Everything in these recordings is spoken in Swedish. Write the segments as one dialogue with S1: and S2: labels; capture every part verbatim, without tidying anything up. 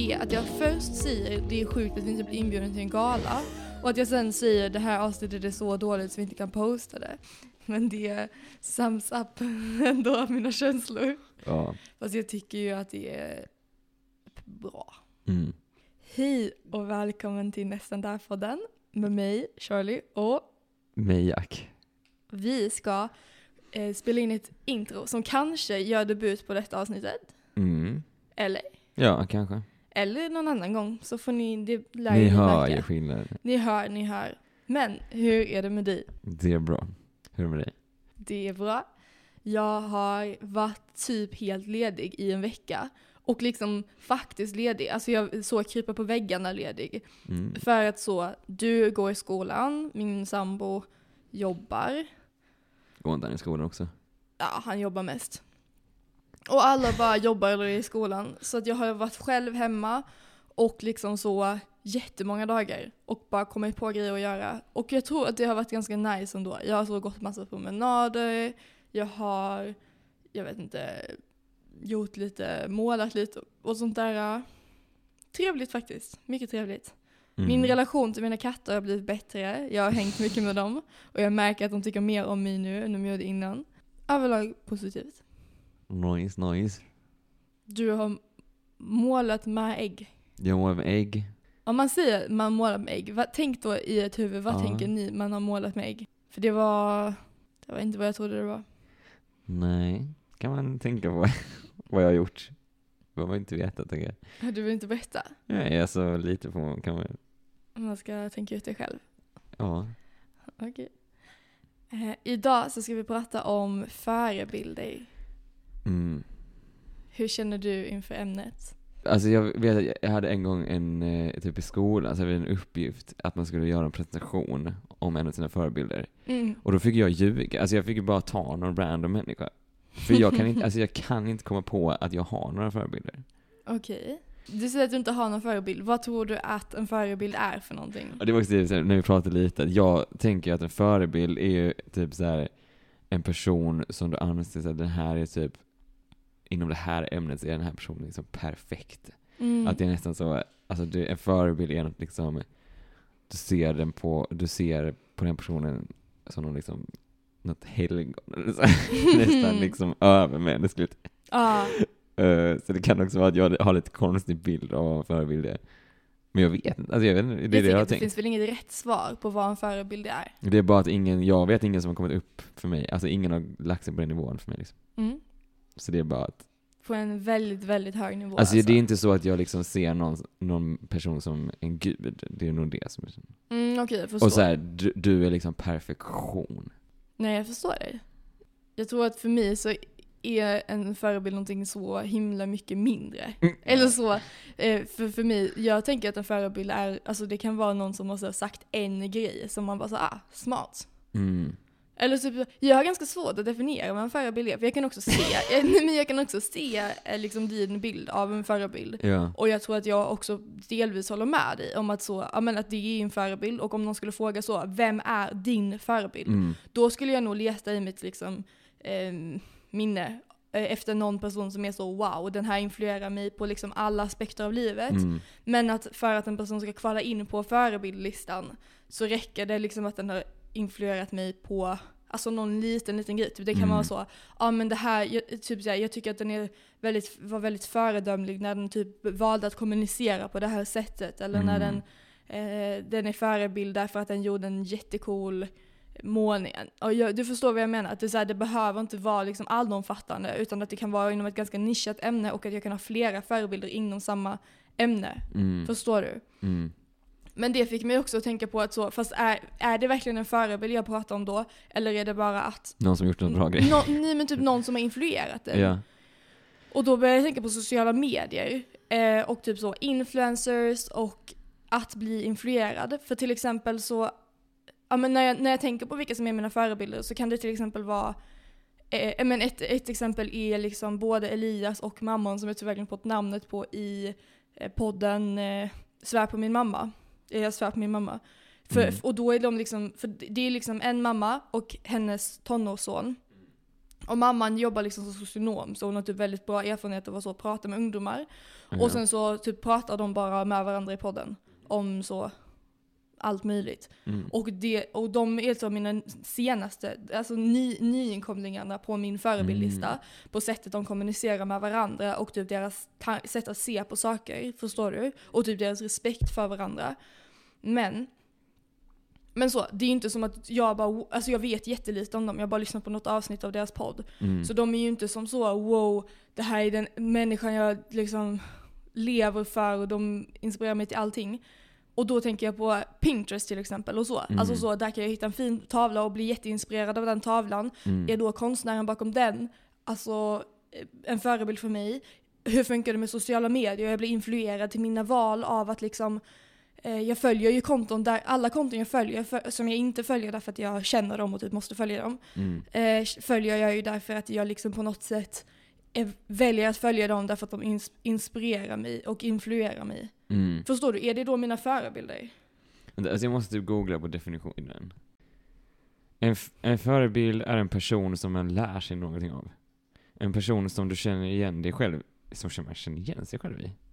S1: är att jag först säger det är sjukt att vi inte blir inbjuden till en gala. Och att jag sen säger det här avsnittet är så dåligt så vi inte kan posta det. Men det sums up ändå av mina känslor.
S2: Ja.
S1: Fast jag tycker ju att det är bra.
S2: Mm.
S1: Hej och välkommen till Nästan där-podden med mig, Charlie, och
S2: Med Jack.
S1: vi ska eh, spela in ett intro som kanske gör debut på detta avsnittet.
S2: Mm.
S1: Eller?
S2: Ja, kanske.
S1: Eller någon annan gång så får ni, det lär
S2: Ni
S1: ni
S2: hör
S1: märka.
S2: ju skillnaden.
S1: Ni hör, ni hör. Men hur är det med dig?
S2: Det är bra. Hur är det med dig?
S1: Det är bra. Jag har varit typ helt ledig i en vecka. Och liksom faktiskt ledig. Alltså jag så krypa på väggarna ledig.
S2: Mm.
S1: För att så, du går i skolan, min sambo jobbar.
S2: Går inte han i skolan också?
S1: Ja, han jobbar mest. Och alla bara jobbar eller är i skolan. Så att jag har varit själv hemma och liksom så jättemånga dagar. Och bara kommit på grejer att göra. Och jag tror att det har varit ganska nice ändå. Jag har så gått massa promenader. Jag har, jag vet inte, gjort lite, målat lite och sånt där. Trevligt faktiskt. Mycket trevligt.
S2: Mm.
S1: Min relation till mina katter har blivit bättre. Jag har hängt mycket med dem. Och jag märker att de tycker mer om mig nu än de gjorde innan. Överlag positivt.
S2: Nice, nice.
S1: Du har målat med ägg.
S2: Jag målar med ägg.
S1: Om man säger man målar med ägg, vad, tänk då i ett huvud, vad
S2: Ja.
S1: tänker ni man har målat med ägg? För det var, det var inte vad jag trodde det var.
S2: Nej. Kan man tänka på vad jag har gjort? Vad man inte veta, tänker jag.
S1: Du vill inte berätta?
S2: Nej, alltså lite på kan man.
S1: Om man ska tänka ut det själv.
S2: Ja.
S1: Okej. Eh, idag så ska vi prata om förebilder.
S2: Mm.
S1: Hur känner du inför ämnet?
S2: Alltså jag vet att jag hade en gång en eh, typ i skolan, alltså en uppgift att man skulle göra en presentation om en av sina förebilder.
S1: Mm.
S2: Och då fick jag ljuga. Alltså jag fick ju bara ta någon random människa. För jag kan inte, alltså jag kan inte komma på att jag har några förebilder.
S1: Okej. Du säger att du inte har någon förebild. Vad tror du att en förebild är för någonting?
S2: Och det var också det, när vi pratade lite, att jag tänker att en förebild är ju typ så här en person som du anser att den här är typ inom det här ämnet så är den här personen liksom perfekt.
S1: Mm.
S2: Att det är nästan så, alltså det, en förebild är något liksom, du ser den på, du ser på den personen som någon liksom, något helgon, nästan liksom övermänskligt.
S1: Ah.
S2: Uh, så det kan också vara att jag har lite konstig bild av vad en förebild är. Men jag vet inte, alltså jag vet inte, det är
S1: Jag
S2: det jag har
S1: det
S2: tänkt.
S1: finns väl inget rätt svar på vad en förebild är.
S2: Det är bara att ingen, jag vet ingen som har kommit upp för mig. Alltså ingen har lagt sig på den nivån för mig liksom.
S1: Mm.
S2: Så det är bara att
S1: På en väldigt, väldigt hög nivå.
S2: alltså, alltså. Det är inte så att jag liksom ser någon, någon person som en gud. Det är nog det som är så.
S1: Mm, okej, jag förstår.
S2: Och så här, du, du är liksom perfektion.
S1: Nej, jag förstår dig. Jag tror att för mig så är en förebild någonting så himla mycket mindre.
S2: Mm.
S1: Eller så, eh, för, för mig, jag tänker att en förebild är, alltså det kan vara någon som har sagt en grej som man bara så, ah, smart.
S2: Mm.
S1: Eller typ, jag har ganska svårt att definiera vad en förebild är. För jag kan också se, men jag kan också se eh, liksom din bild av en förebild.
S2: Ja.
S1: Och jag tror att jag också delvis håller med dig om att, så, ja, men att det är en förebild. Och om någon skulle fråga så, vem är din förebild?
S2: Mm.
S1: Då skulle jag nog leta i mitt liksom, eh, minne eh, efter någon person som är så wow, den här influerar mig på liksom alla aspekter av livet.
S2: Mm.
S1: Men att för att en person ska kvala in på förebildlistan så räcker det liksom att den har influerat mig på alltså någon liten liten grej. Typ det kan
S2: Mm.
S1: vara så, ja men det här, jag, typ så här, jag tycker att den är väldigt, var väldigt föredömlig när den typ valde att kommunicera på det här sättet. Eller
S2: Mm.
S1: när den, eh, den är förebild därför att den gjorde en jättecool målning. Och jag, du förstår vad jag menar, att det, så här, det behöver inte vara liksom allomfattande utan att det kan vara inom ett ganska nischat ämne och att jag kan ha flera förebilder inom samma ämne.
S2: Mm.
S1: Förstår du?
S2: Mm.
S1: Men det fick mig också att tänka på att så, fast är, är det verkligen en förebild jag pratar om då? Eller är det bara att
S2: Någon som gjort någon bra grej.
S1: no, nej, men typ någon som har influerat det.
S2: Ja.
S1: Och då började jag tänka på sociala medier. Eh, och typ så influencers och att bli influerad. För till exempel så, ja, men när, jag, när jag tänker på vilka som är mina förebilder så kan det till exempel vara, eh, men ett, ett exempel är liksom både Elias och mamman som jag tyvärr glömt på namnet på i eh, podden eh, Svär på min mamma. Jag svär på min mamma. För,
S2: Mm.
S1: och då är de liksom, för det är liksom en mamma och hennes tonårsson. Och mamman jobbar liksom som socionom, så hon har typ väldigt bra erfarenhet av att så prata med ungdomar.
S2: Ja.
S1: Och sen så typ pratar de bara med varandra i podden om så allt möjligt.
S2: Mm.
S1: Och, det, och de är så mina senaste, alltså ny, nyinkomlingarna på min förebildlista,
S2: Mm.
S1: på sättet de kommunicerar med varandra och typ deras ta- sätt att se på saker, förstår du? Och typ deras respekt för varandra. Men Men så, det är inte som att jag bara, alltså jag vet jättelite om dem, jag har bara lyssnat på något avsnitt av deras podd.
S2: Mm.
S1: Så de är ju inte som så, wow, det här är den människan jag liksom lever för och de inspirerar mig till allting. Och då tänker jag på Pinterest till exempel och så.
S2: Mm.
S1: Alltså så, där kan jag hitta en fin tavla och bli jätteinspirerad av den tavlan.
S2: Mm.
S1: Är då konstnären bakom den alltså en förebild för mig? Hur funkar det med sociala medier? Jag blir influerad till mina val av att liksom jag följer ju konton där, alla konton jag följer för, som jag inte följer därför att jag känner dem och typ måste följa dem.
S2: Mm.
S1: Eh, följer jag ju därför att jag liksom på något sätt eh, väljer att följa dem därför att de ins- inspirerar mig och influerar mig.
S2: Mm.
S1: Förstår du? Är det då mina förebilder?
S2: Alltså jag måste typ googla på definitionen. En, f- en förebild är en person som man lär sig någonting av. En person som du känner igen dig själv, som man känner igen sig själv i.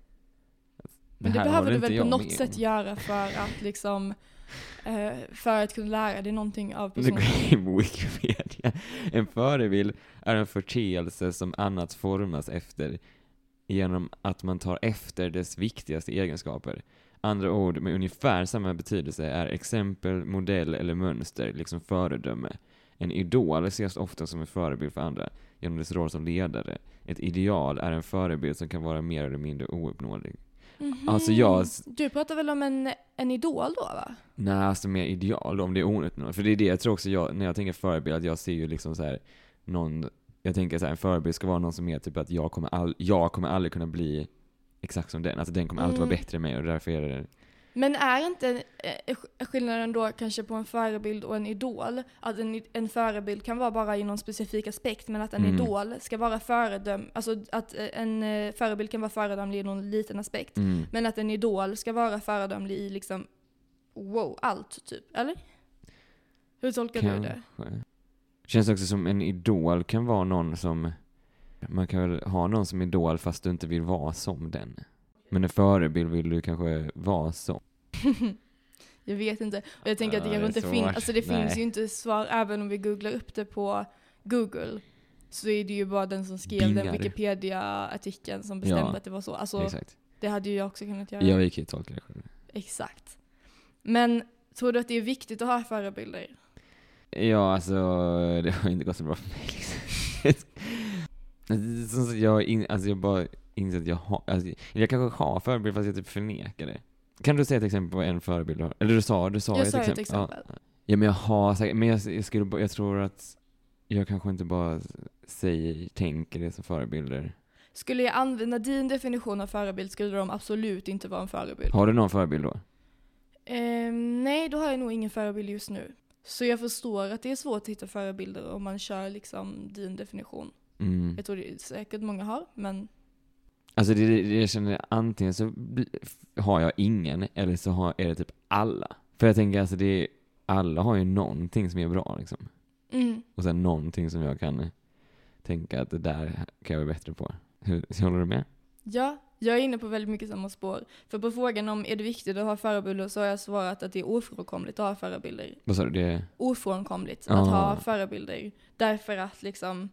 S1: Men det
S2: här
S1: behöver
S2: håller
S1: du
S2: inte
S1: väl
S2: jag
S1: på något
S2: med
S1: sätt
S2: om.
S1: göra för att liksom eh, för att kunna lära dig någonting av
S2: Det
S1: personen.
S2: går in på Wikipedia. En förebild är en förteelse som annat formas efter genom att man tar efter dess viktigaste egenskaper. Andra ord med ungefär samma betydelse är exempel, modell eller mönster, liksom föredöme. En idol ses ofta som en förebild för andra genom dess roll som ledare. Ett ideal är en förebild som kan vara mer eller mindre ouppnåelig.
S1: Mhm.
S2: Alltså jag...
S1: Du pratar väl om en, en idol då, va?
S2: Nej, alltså mer ideal om det är ouppnåeligt. För det är det jag tror också, jag, när jag tänker förebild, att jag ser ju liksom så här någon, jag tänker så här, en förebild ska vara någon som är typ att jag kommer, all, jag kommer aldrig kunna bli exakt som den. Alltså den kommer alltid
S1: Mm.
S2: vara bättre än mig och därför är det...
S1: Men är inte eh, skillnaden då kanske på en förebild och en idol? Att en, en förebild kan vara bara i någon specifik aspekt, men att en
S2: Mm.
S1: idol ska vara föredöm, alltså att eh, en eh, förebild kan vara föredömlig i någon liten aspekt,
S2: Mm.
S1: men att en idol ska vara föredömlig i liksom, wow, allt typ, eller? Hur tolkar du det?
S2: Kanske. Känns också som en idol kan vara någon som, man kan väl ha någon som idol fast du inte vill vara som den. Men en förebild vill du kanske vara som.
S1: Jag vet inte. Och jag tänker att det
S2: Ja,
S1: kanske
S2: det är
S1: inte finns,
S2: svårt.
S1: alltså det
S2: Nej.
S1: finns ju inte svar, även om vi googlar upp det på Google, så är det ju bara den som skrev den
S2: Bingar.
S1: Wikipedia-artikeln som bestämde
S2: Ja,
S1: att det var så. Alltså,
S2: Exakt.
S1: det hade ju jag också kunnat göra.
S2: Jag gick ju tolka det själv.
S1: Exakt. Men tror du att det är viktigt att ha förebilder?
S2: Ja, alltså det har inte gått så bra för mig liksom. Alltså, som sagt, jag, in, alltså, jag bara inser att jag har, alltså, jag kanske har förebild fast jag typ förnekar det. Kan du säga ett exempel på en förebild du har? Eller du sa, du sa
S1: Jag
S2: ett
S1: sa ett
S2: exempel.
S1: exempel.
S2: Ja. Ja, men jag har säkert, men jag, jag skulle bara- jag tror att jag kanske inte bara säger, tänker det som förebilder.
S1: Skulle jag använda din definition av förebild skulle de absolut inte vara en förebild.
S2: Har du någon förebild då?
S1: Ehm, nej, då har jag nog ingen förebild just nu. Så jag förstår att det är svårt att hitta förebilder om man kör liksom din definition.
S2: Mm.
S1: Jag tror det är säkert många har, men
S2: Alltså det, det, jag känner antingen så bli- f- har jag ingen eller så har, är det typ alla. För jag tänker alltså det är, alla har ju någonting som är bra liksom.
S1: mm.
S2: Och sen någonting som jag kan tänka att det där kan jag vara bättre på. Hur, håller du med?
S1: Ja, jag är inne på väldigt mycket samma spår. För på frågan om är det viktigt att ha förebilder så har jag svarat att det är ofrånkomligt att ha förebilder.
S2: Vad sa du? Det...
S1: Ofrånkomligt
S2: Ah.
S1: att ha förebilder. Därför att liksom,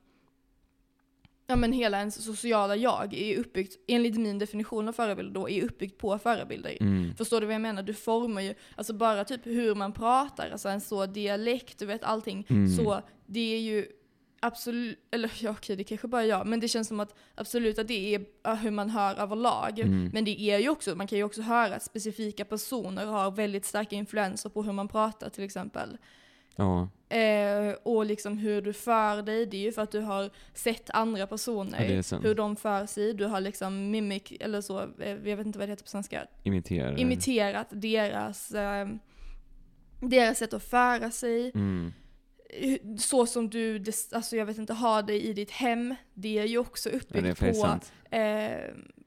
S1: ja men hela ens sociala jag är uppbyggt, enligt min definition av förebilder då, är uppbyggt på förebilder.
S2: Mm.
S1: Förstår du vad jag menar? Du formar ju, alltså bara typ hur man pratar, alltså en så dialekt, du vet allting.
S2: Mm.
S1: Så det är ju absolut, eller ja okej det kanske bara är jag, men det känns som att absolut att det är äh, hur man hör överlag.
S2: Mm.
S1: Men det är ju också, man kan ju också höra att specifika personer har väldigt starka influenser på hur man pratar till exempel.
S2: Ja.
S1: Eh, och liksom hur du för dig, det är ju för att du har sett andra personer,
S2: Ja, det är sant.
S1: hur de för sig, du har liksom mimic, eller så, eh, jag vet inte vad det heter på svenska,
S2: Imiterar.
S1: imiterat deras, eh, deras sätt att föra sig.
S2: Mm.
S1: Så som du, des- alltså jag vet inte, har det i ditt hem, det är ju också
S2: Ja,
S1: uppbyggt
S2: det är faktiskt
S1: på
S2: sant.
S1: eh,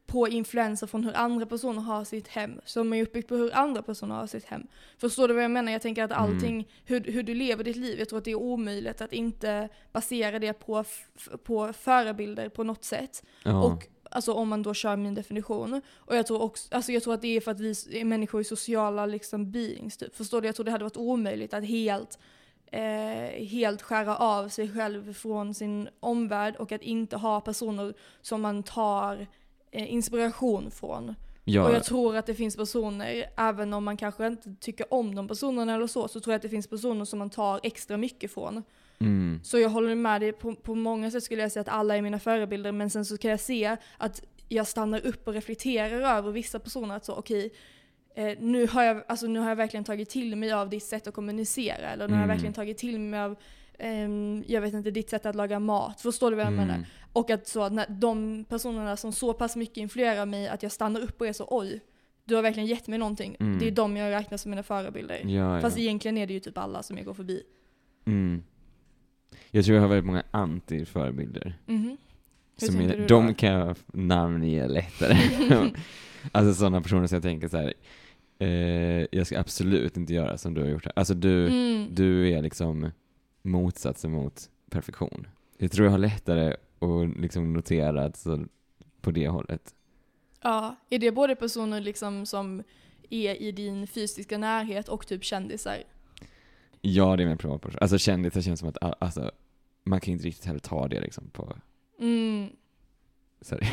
S1: på influenser från hur andra personer har sitt hem. Som är uppbyggt på hur andra personer har sitt hem. Förstår du vad jag menar? Jag tänker att allting, mm. hur, hur du lever ditt liv, jag tror att det är omöjligt att inte basera det på, f- på förebilder på något sätt.
S2: Ja.
S1: Och alltså om man då kör min definition. Och jag tror också, alltså jag tror att det är för att vi är människor i sociala liksom beings typ. Förstår du? Jag tror det hade varit omöjligt att helt Eh, helt skära av sig själv från sin omvärld och att inte ha personer som man tar eh, inspiration från. Ja. Och jag tror att det finns personer, även om man kanske inte tycker om de personerna eller så, så tror jag att det finns personer som man tar extra mycket från.
S2: Mm.
S1: Så jag håller med dig, på, på många sätt skulle jag säga att alla är mina förebilder, men sen så kan jag se att jag stannar upp och reflekterar över vissa personer, att så okej, okay, Eh, nu, har jag, alltså, nu har jag verkligen tagit till mig av ditt sätt att kommunicera. Eller nu mm. har jag verkligen tagit till mig av eh, jag vet inte, ditt sätt att laga mat. Förstår du vad jag mm. menar? Och att så, när de personerna som så pass mycket influerar mig att jag stannar upp och är så, oj, du har verkligen gett mig någonting. Mm. Det är de jag räknar som mina förebilder.
S2: Ja,
S1: Fast
S2: ja.
S1: egentligen är det ju typ alla som jag går förbi.
S2: Mm. Jag tror jag har väldigt många anti-förebilder.
S1: Mm-hmm.
S2: Som är, de kan jag namnge lättare. Alltså sådana personer som jag tänker så här. Eh, jag ska absolut inte göra som du har gjort här. Alltså du, mm. du är liksom motsatsen mot perfektion. Jag tror jag har lättare att liksom notera att så på det hållet.
S1: Ja, är det både personer liksom som är i din fysiska närhet och typ kändisar?
S2: Ja, det är min privatperson. Alltså kändisar känns som att alltså, man kan inte riktigt heller ta det liksom på...
S1: Mm.
S2: Sorry.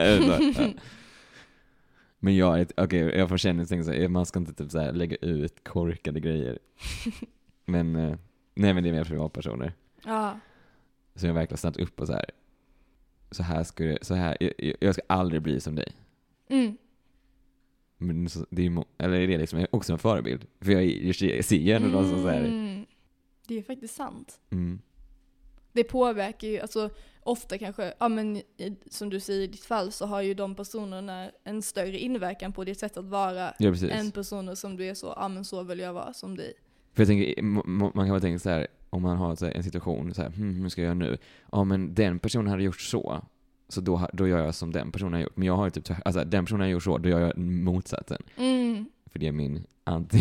S2: Men jag, okej, okay, jag får känna så här, man ska inte typ så här lägga ut korkade grejer. Men eh, nej, men det är mer privatpersoner.
S1: Ja.
S2: Så jag verkligen stannat upp och så här. Så här ska det, så här jag, jag ska aldrig bli som dig.
S1: Mm.
S2: Men så, det är ju, eller är det liksom också en förebild? För jag, jag, jag ser ju ändå någon som säger det.
S1: Det är faktiskt sant.
S2: Mm.
S1: Det påverkar ju, alltså ofta kanske, ja men som du säger i ditt fall så har ju de personerna en större inverkan på ditt sätt att vara
S2: ja,
S1: än personer som du är så, ja men så vill jag vara som dig.
S2: För jag tänker, man kan bara tänka så här, om man har så här, en situation så här, hm, hur ska jag göra nu? Ja men den personen hade gjort så, så då, då gör jag som den personen har gjort. Men jag har ju typ, alltså den personen har gjort så, då gör jag motsatsen.
S1: Mm.
S2: För det är min anti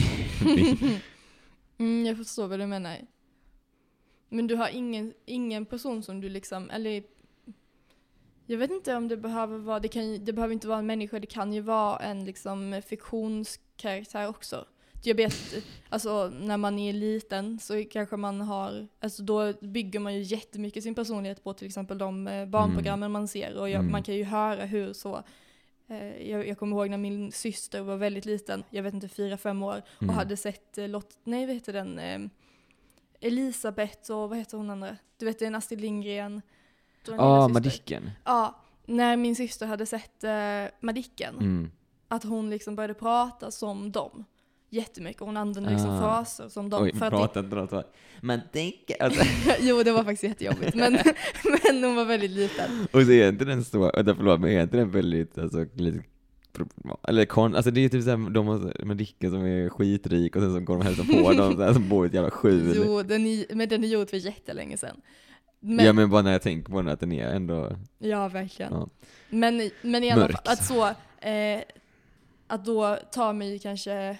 S1: mm, jag förstår vad du menar. Men du har ingen, ingen person som du liksom, eller jag vet inte om det behöver vara, det, kan, det behöver inte vara en människa, det kan ju vara en liksom fiktionskaraktär också. Jag vet, alltså när man är liten så kanske man har, alltså då bygger man ju jättemycket sin personlighet på till exempel de barnprogrammen mm. man ser. Och jag,
S2: mm.
S1: man kan ju höra hur så, eh, jag, jag kommer ihåg när min syster var väldigt liten, jag vet inte, fyra, fem år, och
S2: mm.
S1: hade sett eh, Lott, nej vad heter den, eh, Elisabeth och vad heter hon andra? Du vet, det är en Astrid Lindgren.
S2: Ja, ah, Madicken.
S1: Ja, när min syster hade sett eh, Madicken,
S2: mm.
S1: att hon liksom började prata som dem. Jättemycket. Hon använde liksom ah. fraser som dem.
S2: Oj, prata inte något så. Madicken. Alltså.
S1: Jo, det var faktiskt jättejobbigt. Men, men hon var väldigt liten.
S2: Och så är inte den så, förlåt, men är inte den väldigt, alltså, lite eller kon, alltså det är typ såhär, de har Madicken som är skitrik och sen så går de hälsa på dem så här, som bor i ett jävla skjul.
S1: Jo, den är, men den är gjord för jättelänge sedan. Men,
S2: ja, men bara när jag tänker på den att den är ändå...
S1: Ja, verkligen.
S2: Ja.
S1: Men, men i alla fall, att så, eh, att då ta mig kanske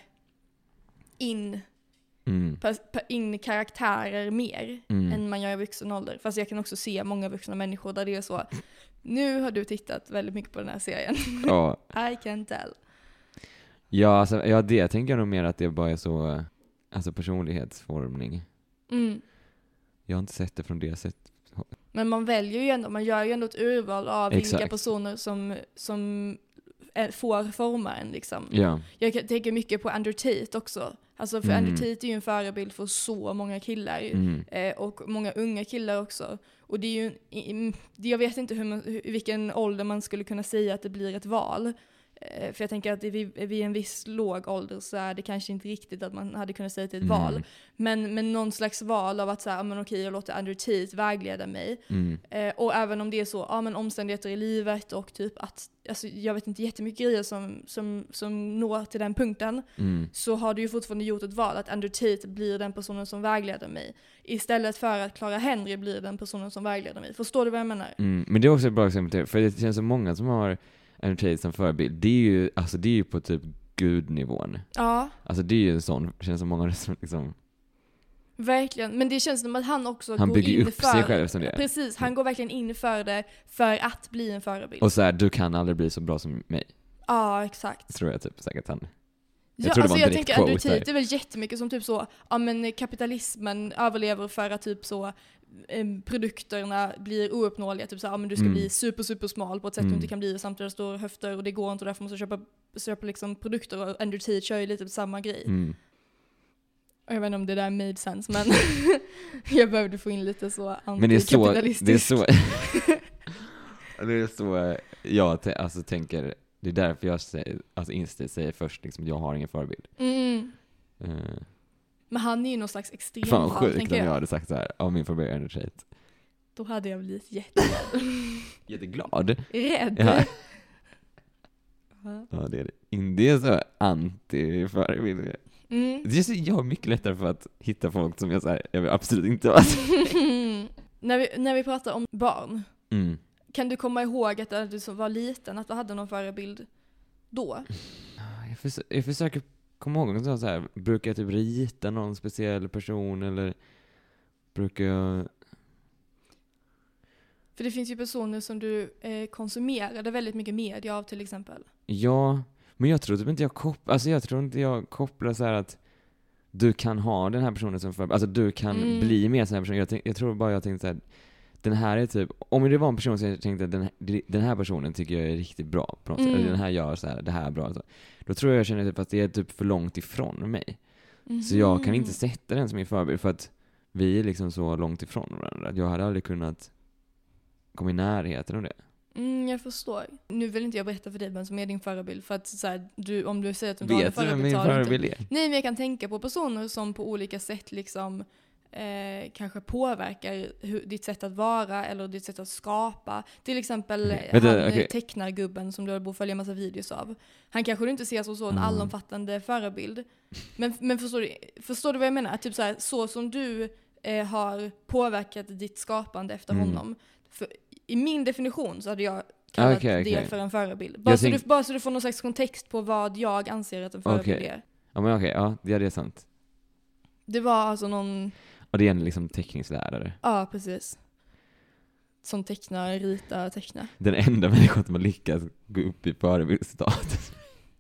S1: in,
S2: mm.
S1: per, per, in karaktärer mer
S2: mm.
S1: än man gör i vuxen ålder. Fast jag kan också se många vuxna människor där det är så, nu har du tittat väldigt mycket på den här serien.
S2: Ja.
S1: I can tell.
S2: Ja, alltså, ja, det tänker jag nog mer att det bara är så, alltså personlighetsformning.
S1: Mm.
S2: Jag har inte sett det från det sättet.
S1: Men man väljer ju ändå, man gör ju ändå ett urval av
S2: Exakt.
S1: vilka personer som, som är, får forma en liksom.
S2: Ja.
S1: Jag tänker mycket på Andrew Tate också. Alltså för
S2: mm.
S1: Andrew Tate är ju en förebild för så många killar.
S2: Mm.
S1: Eh, och många unga killar också. Och det är ju, i, jag vet inte hur man, hur, vilken ålder man skulle kunna säga att det blir ett val. Eh, för jag tänker att vid, vid en viss låg ålder så är det kanske inte riktigt att man hade kunnat säga till ett
S2: mm.
S1: val. Men, men någon slags val av att säga, ja men okej, jag låter Andrew Tate vägleda mig.
S2: Mm.
S1: Eh, och även om det är så, ja men omständigheter i livet och typ att, alltså jag vet inte jättemycket grejer som, som, som når till den punkten,
S2: mm.
S1: så har du ju fortfarande gjort ett val att Andrew Tate blir den personen som vägleder mig. Istället för att Clara Henry blir den personen som vägleder mig. Förstår du vad jag menar?
S2: Mm. Men det är också ett bra exempel, för det känns som många som har, Andrew Tate som förebild, det är ju, alltså det är ju på typ gudnivån.
S1: Ja.
S2: Alltså det är ju en sån, känns som många som liksom...
S1: Verkligen, men det känns som att han också
S2: han
S1: går
S2: bygger
S1: in
S2: upp
S1: för
S2: sig själv som det.
S1: Precis, han går verkligen in för det för att bli en förebild.
S2: Och så här, du kan aldrig bli så bra som mig.
S1: Ja, exakt.
S2: Tror jag typ säkert han.
S1: Jag,
S2: jag tror
S1: alltså
S2: det var en
S1: jag
S2: direkt
S1: tänker Andrew
S2: quote
S1: Tate är väl jättemycket som typ så, ja men kapitalismen överlever för att typ så eh, produkterna blir ouppnåeliga, typ så ja men du ska
S2: Mm.
S1: bli super super smal på ett sätt
S2: Mm.
S1: du inte kan bli, samtidigt står höfter och det går inte och därför måste du köpa, köpa liksom produkter, och Andrew Tate kör ju lite samma grej.
S2: Mm.
S1: Och jag vet inte om det där made sense, men jag behövde få in lite så
S2: Men det är så,
S1: antikapitalistiskt.
S2: det är så, det är så jag t- alltså tänker, det är därför jag säger, alltså Instead säger först liksom, jag har ingen förebild.
S1: Mm.
S2: Uh,
S1: Men han är ju någon slags extrem
S2: fan
S1: fall,
S2: sjukt om
S1: tänker
S2: jag.
S1: jag.
S2: hade sagt så här, ja min förebild är Andrew Tate.
S1: Då hade jag blivit jätterädd.
S2: Jätteglad.
S1: Rädd?
S2: Ja.
S1: Ja.
S2: Ja, det är det. Det är så anti-förebild.
S1: Mm.
S2: Det är så, jag har mycket lättare för att hitta folk som jag säger, jag vill absolut inte vara.
S1: när, vi, när vi pratar om barn,
S2: Mm.
S1: kan du komma ihåg att när du som var liten, att du hade någon förebild då?
S2: Jag, förs- jag försöker komma ihåg så här, brukar jag typ rita någon speciell person eller brukar jag...
S1: För det finns ju personer som du eh, konsumerade väldigt mycket media av till exempel.
S2: Ja, men jag tror typ inte jag kopplar, alltså jag tror inte jag kopplar så här att du kan ha den här personen som förebild, alltså du kan
S1: Mm.
S2: bli mer sån här person. Jag, tänk, jag tror bara jag tänkte så här, den här är typ, om det var en person som jag tänkte den, den här personen tycker jag är riktigt bra på något sätt,
S1: Mm.
S2: eller den här gör så här, det här är bra, så. Då tror jag jag känner typ att det är typ för långt ifrån mig. Så jag kan inte sätta den som min förebild för att vi är liksom så långt ifrån varandra. Jag hade aldrig kunnat komma i närheten av det.
S1: Mm, jag förstår. Nu vill inte jag berätta för dig vem som är din förebild, för att så här, du, om du säger att du inte har en
S2: Vet du vem
S1: förebild
S2: min
S1: så har du inte.
S2: förebild är?
S1: Nej, men jag kan tänka på personer som på olika sätt liksom eh, kanske påverkar hur, ditt sätt att vara eller ditt sätt att skapa. Till exempel
S2: Okej.
S1: han
S2: Vänta, okej.
S1: tecknargubben som du borde följa massa videos av. Han kanske du inte ser som så en
S2: Mm.
S1: allomfattande förebild. Men, men förstår, du, förstår du vad jag menar? Typ så här, så som du eh, har påverkat ditt skapande efter
S2: Mm.
S1: honom. För, i min definition så hade jag kallat
S2: Okej,
S1: det
S2: okej.
S1: för en förebild. Bara,
S2: Jag
S1: så
S2: tänk-
S1: du, bara så du får någon slags kontext på vad jag anser att en förebild
S2: Okej.
S1: är.
S2: Ja men okej, ja, ja det är sant.
S1: Det var alltså någon...
S2: Och det är en liksom teckningslärare.
S1: Ja, precis. Som tecknar, ritar, tecknar.
S2: Den enda människan som har lyckats gå upp i förebildsstatus.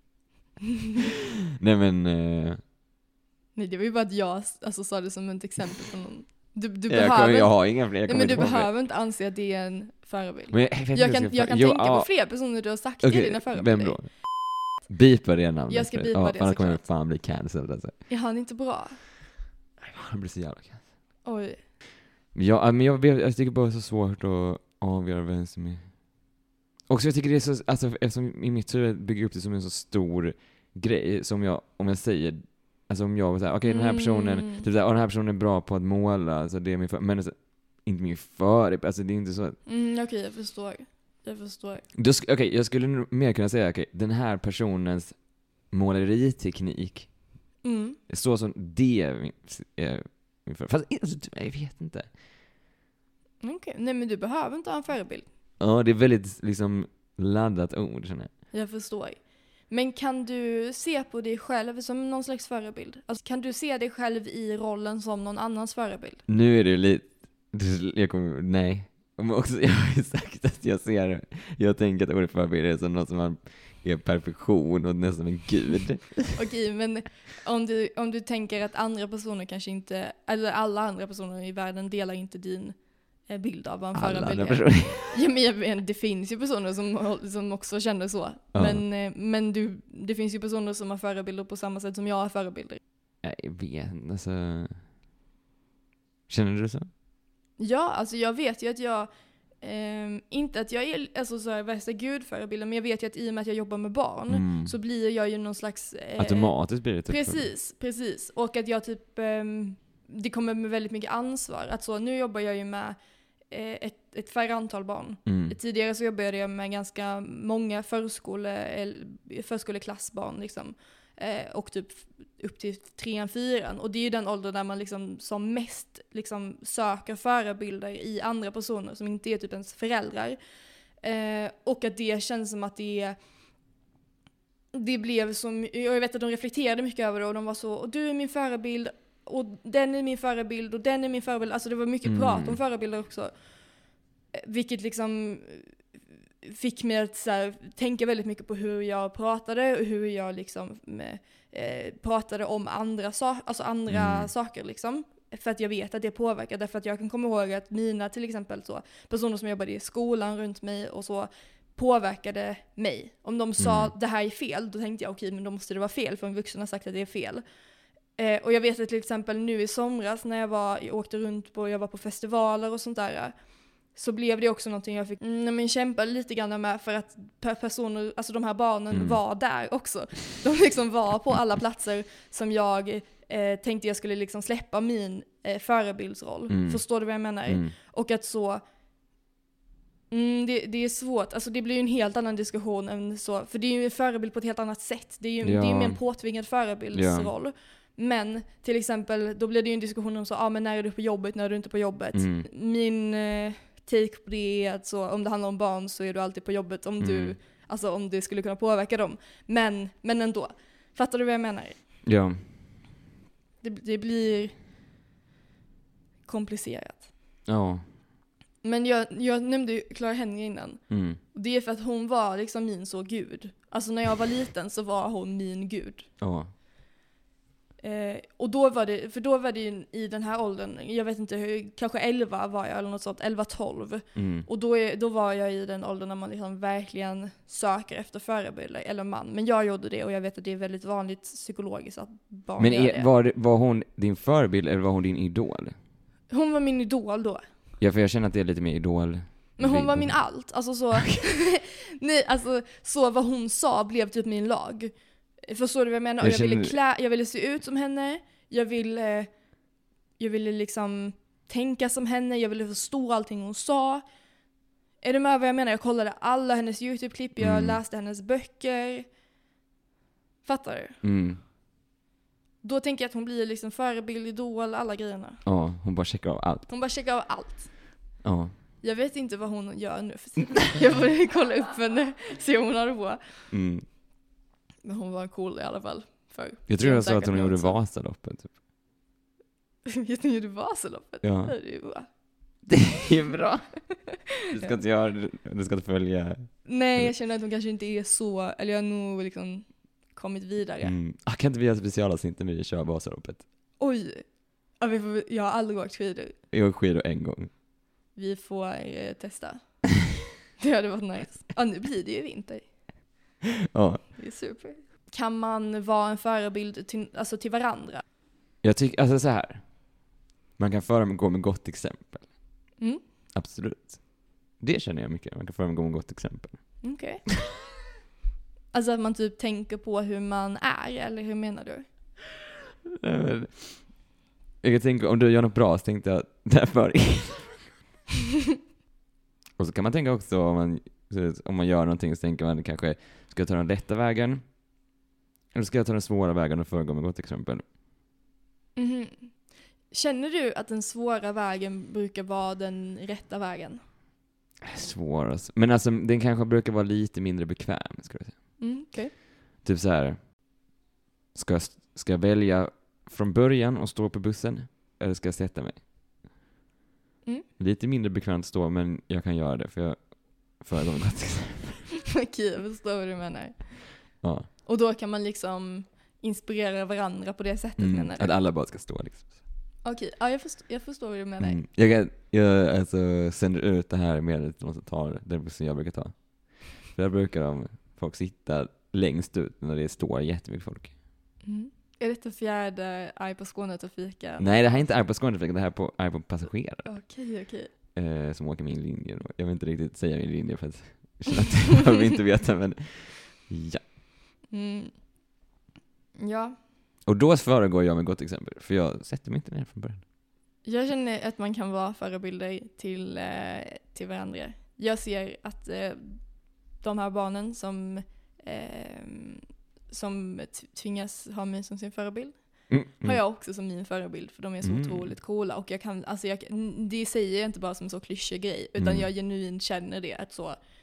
S2: Nej men... Eh,
S1: Nej, det var ju bara att jag alltså, sa det som ett exempel på någon. Du, du
S2: jag,
S1: behöver,
S2: kommer, jag har inga fler. Jag
S1: nej, men du
S2: kommer inte ihåg
S1: behöver inte anse att det är en förebild.
S2: det. Men jag, vet inte
S1: Jag
S2: hur
S1: kan,
S2: ska
S1: jag kan
S2: jo,
S1: tänka
S2: ja,
S1: på fler personer du har sagt är
S2: okej,
S1: dina förebilder.
S2: vem då? Bipa det namnet.
S1: Jag ska
S2: för-
S1: bipa
S2: ja,
S1: det
S2: för annars kommer jag
S1: såklart.
S2: fan bli cancelled alltså.
S1: Är han inte bra?
S2: Han blir så jävla cancelled.
S1: Oj.
S2: Ja, men jag, jag, jag tycker bara det är så svårt att avgöra vem som är... Också jag tycker det är så, alltså eftersom i mitt huvud bygger upp det som en så stor grej, som jag, om jag säger, alltså om jag säger, okej okay, den här personen,
S1: Mm.
S2: typ såhär, den här personen är bra på att måla, alltså det är min för, men alltså, inte min förebild, alltså det är inte så.
S1: Mm, okej, jag förstår. Jag förstår.
S2: Då sk- Okej, okay, jag skulle nog mer kunna säga, okej, okay, den här personens måleriteknik,
S1: Mm.
S2: så som det är min, är min förebild. Fast alltså, jag vet inte.
S1: Okej, nej men du behöver inte ha en förebild.
S2: Ja, det är väldigt liksom laddat ord, känner jag.
S1: Jag förstår. Men kan du se på dig själv som någon slags förebild? Alltså, kan du se dig själv i rollen som någon annans förebild?
S2: Nu är det lite, jag kommer, nej. Men också, jag har ju sagt att jag ser, jag tänker att ordet förebild är som något som har, är perfektion och nästan en gud.
S1: Okej, men om du, om du tänker att andra personer kanske inte, eller alla andra personer i världen delar inte din eh, bild av vad en
S2: Alla
S1: förebild
S2: andra
S1: är.
S2: personer.
S1: Ja, men jag vet, det finns ju personer som, som också känner så.
S2: Ja.
S1: Men, eh, men du, det finns ju personer som har förebilder på samma sätt som jag har förebilder.
S2: Jag vet inte, alltså. Känner du så?
S1: Ja, alltså jag vet ju att jag, eh, inte att jag är alltså, så här, värsta gudförebilden, men jag vet ju att i och med att jag jobbar med barn
S2: Mm.
S1: så blir jag ju någon slags... Eh,
S2: Automatiskt blir det typ.
S1: Precis, precis. Och att jag typ, eh, det kommer med väldigt mycket ansvar. Att så, nu jobbar jag ju med eh, ett, ett färre antal barn.
S2: Mm.
S1: Tidigare så jobbade jag med ganska många förskole, eller förskoleklassbarn liksom. Eh, och typ upp till trean, fyran. Och det är ju den åldern där man liksom som mest liksom söker förebilder i andra personer som inte är typ ens föräldrar. Eh, och att det känns som att det det blev som, jag vet att de reflekterade mycket över det och de var så, och du är min förebild och den är min förebild och den är min förebild. Alltså det var mycket mm. prat om förebilder också. Vilket liksom fick mig att så här, tänka väldigt mycket på hur jag pratade och hur jag liksom med, eh, pratade om andra, so- alltså andra mm. saker liksom. För att jag vet att det påverkar. Därför att jag kan komma ihåg att mina till exempel så, personer som jobbade i skolan runt mig och så påverkade mig. Om de sa mm. det här är fel, då tänkte jag okej, okay, men då måste det vara fel för en vuxen har sagt att det är fel. Eh, och jag vet att till exempel nu i somras när jag var, jag åkte runt på, jag var på festivaler och sånt där, så blev det också någonting jag fick mm, men kämpa lite grann med för att personer, alltså de här barnen mm. var där också. De liksom var på alla platser som jag eh, tänkte jag skulle liksom släppa min eh, förebildsroll. Mm. Förstår du vad jag menar? Mm. Och att så mm, det, det är svårt. Alltså det blir ju en helt annan diskussion än så. För det är ju en förebild på ett helt annat sätt. Det är ju, ja. det är ju mer en påtvingad förebildsroll. Ja. Men till exempel, då blir det ju en diskussion om så, ah, men när är du på jobbet, när är du inte på jobbet? Mm. Min eh, take på det är att så, om det handlar om barn så är du alltid på jobbet om mm. du, alltså om det skulle kunna påverka dem. Men, men ändå. Fattar du vad jag menar?
S2: Ja.
S1: Det, det blir komplicerat.
S2: Ja.
S1: Men jag, jag nämnde ju Clara Henry innan.
S2: Mm.
S1: Det är för att hon var liksom min så gud. Alltså när jag var liten så var hon min gud.
S2: Ja.
S1: Eh, och då var det, för då var det i den här åldern, jag vet inte hur, kanske elva var jag eller något sånt, elva tolv.
S2: Mm.
S1: Och då, är, då var jag i den åldern när man liksom verkligen söker efter förebilder eller man. Men jag gjorde det och jag vet att det är väldigt vanligt psykologiskt att barn
S2: Men
S1: gör
S2: är,
S1: det.
S2: var, var hon din förebild eller var hon din idol?
S1: Hon var min idol då.
S2: Ja, för jag känner att det är lite mer idol.
S1: Men hon var min allt. Alltså så, nej, alltså så vad hon sa blev typ min lag. Förstår du vad jag menar? Jag, jag, ville klä, jag ville se ut som henne. Jag ville, jag ville liksom tänka som henne. Jag ville förstå allting hon sa. Är du med vad jag menar? Jag kollade alla hennes YouTube-klipp. Jag mm. läste hennes böcker. Fattar du?
S2: Mm.
S1: Då tänker jag att hon blir liksom förebild, idol, alla grejerna.
S2: Ja, hon bara checkar av allt.
S1: Hon bara checkar av allt.
S2: Ja.
S1: Jag vet inte vad hon gör nu. För jag får kolla upp henne. Se om hon har det på. Mm. Men hon var cool i alla fall. För
S2: jag tror jag sa att hon gjorde Vasaloppet. Typ.
S1: Vet ni hur det Vasaloppet?
S2: Ja.
S1: Det är ju bra.
S2: Det är bra. Du ska inte göra, du ska inte följa.
S1: Nej, jag känner att hon kanske inte är så, eller jag har nog liksom kommit vidare.
S2: Mm. Ah, kan inte vi göra specialavsnitt när vi kör Vasaloppet?
S1: Oj. Ja, vi får, jag har aldrig åkt skidor.
S2: Jag har åkt skidor en gång.
S1: Vi får eh, testa. Det hade varit nice. Ja, nu blir det ju vinter.
S2: Ja.
S1: Det är super. Kan man vara en förebild till, alltså till varandra? Jag
S2: tycker, alltså så här. Man kan föregå med gott exempel.
S1: Mm.
S2: Absolut. Det känner jag mycket. Man kan föregå med gott exempel.
S1: Okej. Okay. Alltså att man typ tänker på hur man är, eller hur menar du?
S2: Jag kan tänka, om du gör något bra så tänkte jag därför. Och så kan man tänka också om man, om man gör någonting så tänker man kanske, ska jag ta den rätta vägen? Eller ska jag ta den svåra vägen och föregå med gott exempel?
S1: Mm-hmm. Känner du att den svåra vägen brukar vara den rätta vägen?
S2: Svår alltså. Men alltså den kanske brukar vara lite mindre bekväm, ska jag säga.
S1: Mm, okay.
S2: Typ så här. Ska jag, ska jag välja från början och stå på bussen? Eller ska jag sätta mig?
S1: Mm.
S2: Lite mindre bekvämt stå, men jag kan göra det för jag föregår med gott exempel.
S1: Okej, jag förstår vad du menar.
S2: Ja.
S1: Och då kan man liksom inspirera varandra på det sättet, mm, menar du?
S2: Att alla bara ska stå liksom.
S1: Okej, ja, jag, förstår, jag förstår vad du menar. Mm.
S2: Jag, jag alltså, sänder ut det här med någon som tar det bussen jag brukar ta. För där brukar de, folk sitta längst ut när det står jättemycket folk.
S1: Mm. Är detta fjärde Arg på Skåne-trafika?
S2: Nej, det här är inte Arg på Skåne-trafika, det här är på Arg på passagerare.
S1: Okej, okej.
S2: Eh, som åker min linje. Jag vill inte riktigt säga min linje för att jag känner att jag vill inte veta, men ja.
S1: Mm. Ja.
S2: Och då föregår jag med gott exempel, för jag sätter mig inte ner från början.
S1: Jag känner att man kan vara förebilder till, eh, till varandra. Jag ser att eh, de här barnen som, eh, som tvingas ha mig som sin förebild mm, mm. har jag också som min förebild, för de är så mm. otroligt coola. Och jag kan, alltså jag, det säger jag inte bara som en så klyschig grej, utan mm. jag genuint känner det. Att så,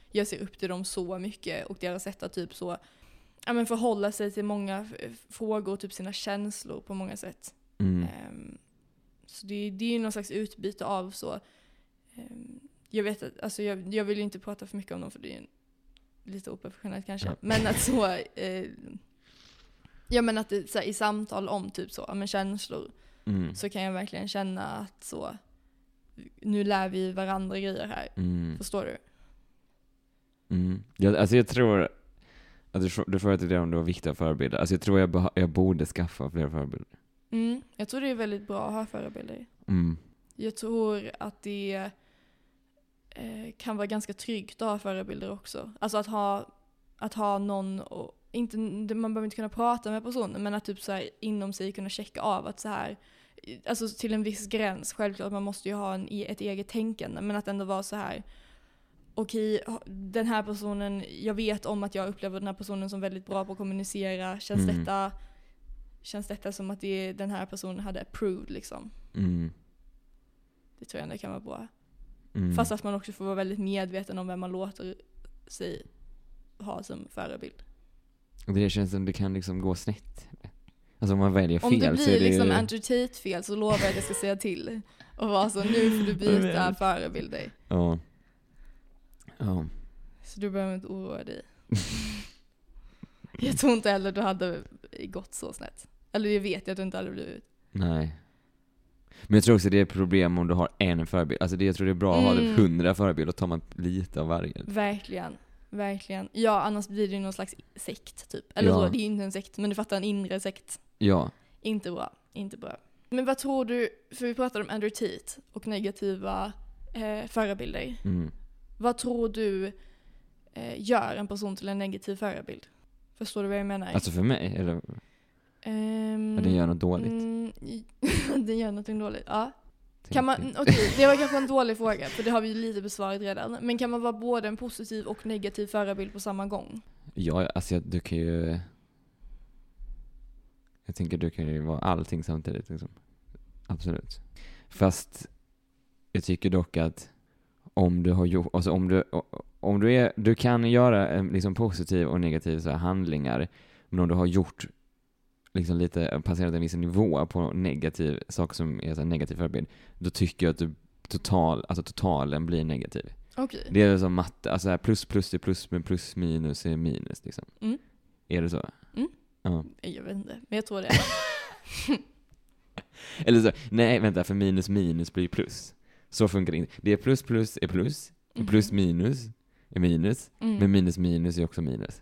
S1: jag ser upp till dem så mycket och deras sätt att typ så, ja men förhålla sig till många f- frågor och typ sina känslor på många sätt.
S2: Mm.
S1: Um, så det, det är ju någon slags utbyte av så, um, jag vet att, alltså jag, jag vill ju inte prata för mycket om dem för det är lite oprofessionellt kanske,
S2: Ja.
S1: men att så, eh, ja men att det, så här, i samtal om typ så, ja, men känslor,
S2: Mm.
S1: så kan jag verkligen känna att så, nu lär vi varandra grejer här.
S2: Mm.
S1: Förstår du?
S2: Mm. Jag, alltså jag tror att du, du frågade det om det var viktiga förebilder. Alltså jag tror jag, beha- jag borde skaffa fler förebilder.
S1: Mm, jag tror det är väldigt bra att ha förebilder.
S2: Mm.
S1: Jag tror att det eh, kan vara ganska tryggt att ha förebilder också. Alltså att ha, att ha någon, och inte, man behöver inte kunna prata med personen, men att typ så här inom sig kunna checka av att så här, alltså till en viss gräns, självklart man måste ju ha en, ett eget tänkande, men att ändå vara så här, okej, den här personen, jag vet om att jag upplever den här personen som väldigt bra på att kommunicera, känns
S2: Mm.
S1: detta känns detta som att det, den här personen hade approved liksom.
S2: Mm.
S1: Det tror jag ändå kan vara bra.
S2: Mm.
S1: Fast att man också får vara väldigt medveten om vem man låter sig ha som förebild.
S2: Och det känns som det kan liksom gå snett. Alltså om man väljer fel
S1: Om det
S2: så
S1: blir
S2: är det
S1: liksom
S2: ju...
S1: Andrew Tate fel så lovar jag att jag ska säga till. Och vara så, nu får du byta förebilder.
S2: Ja. Ja.
S1: Så du behöver inte oroa dig. Jag tror inte heller du hade gått så snett. Eller det vet jag att du inte hade blivit.
S2: Nej. Men jag tror också det är ett problem om du har en förebild. Alltså det, jag tror det är bra att ha
S1: Mm.
S2: det hundra förebilder och tar man lite av varje.
S1: Verkligen. Verkligen. Ja, annars blir det ju någon slags sekt typ. Eller
S2: Ja.
S1: så, det är ju inte en sekt, men du fattar, en inre sekt.
S2: Ja.
S1: Inte bra, inte bra. Men vad tror du, för vi pratade om Andrew Tate och negativa eh, förebilder.
S2: Mm.
S1: Vad tror du eh, gör en person till en negativ förebild? Förstår du vad jag menar?
S2: Alltså för mig, eller
S1: Um,
S2: ja, den gör något dåligt.
S1: Mm, den gör någonting dåligt, ja.
S2: Tänk-
S1: Kan man, okej, det var kanske en dålig fråga, för det har vi ju lite besvarat redan. Men kan man vara både en positiv och negativ förebild på samma gång?
S2: Ja, alltså jag, du kan ju... Jag tänker du kan ju vara allting samtidigt liksom. Absolut. Fast jag tycker dock att om du har gjort, alltså om du om du är, du kan göra en liksom positiv och negativ så här handlingar, men om du har gjort liksom lite passerat en viss nivå på negativ saker som är så här negativ förebild, då tycker jag att du total, alltså totalen blir negativ.
S1: Okej.
S2: Det är som matte, alltså här plus plus är plus, men plus minus är minus liksom.
S1: Mm.
S2: Är det så?
S1: Mm.
S2: Ja.
S1: Jag vet inte, men jag tror det.
S2: Eller så, nej vänta, för minus minus blir plus. Så funkar det inte. Det är plus plus är plus,
S1: Mhm.
S2: plus minus är minus,
S1: Mm.
S2: men minus minus är också minus.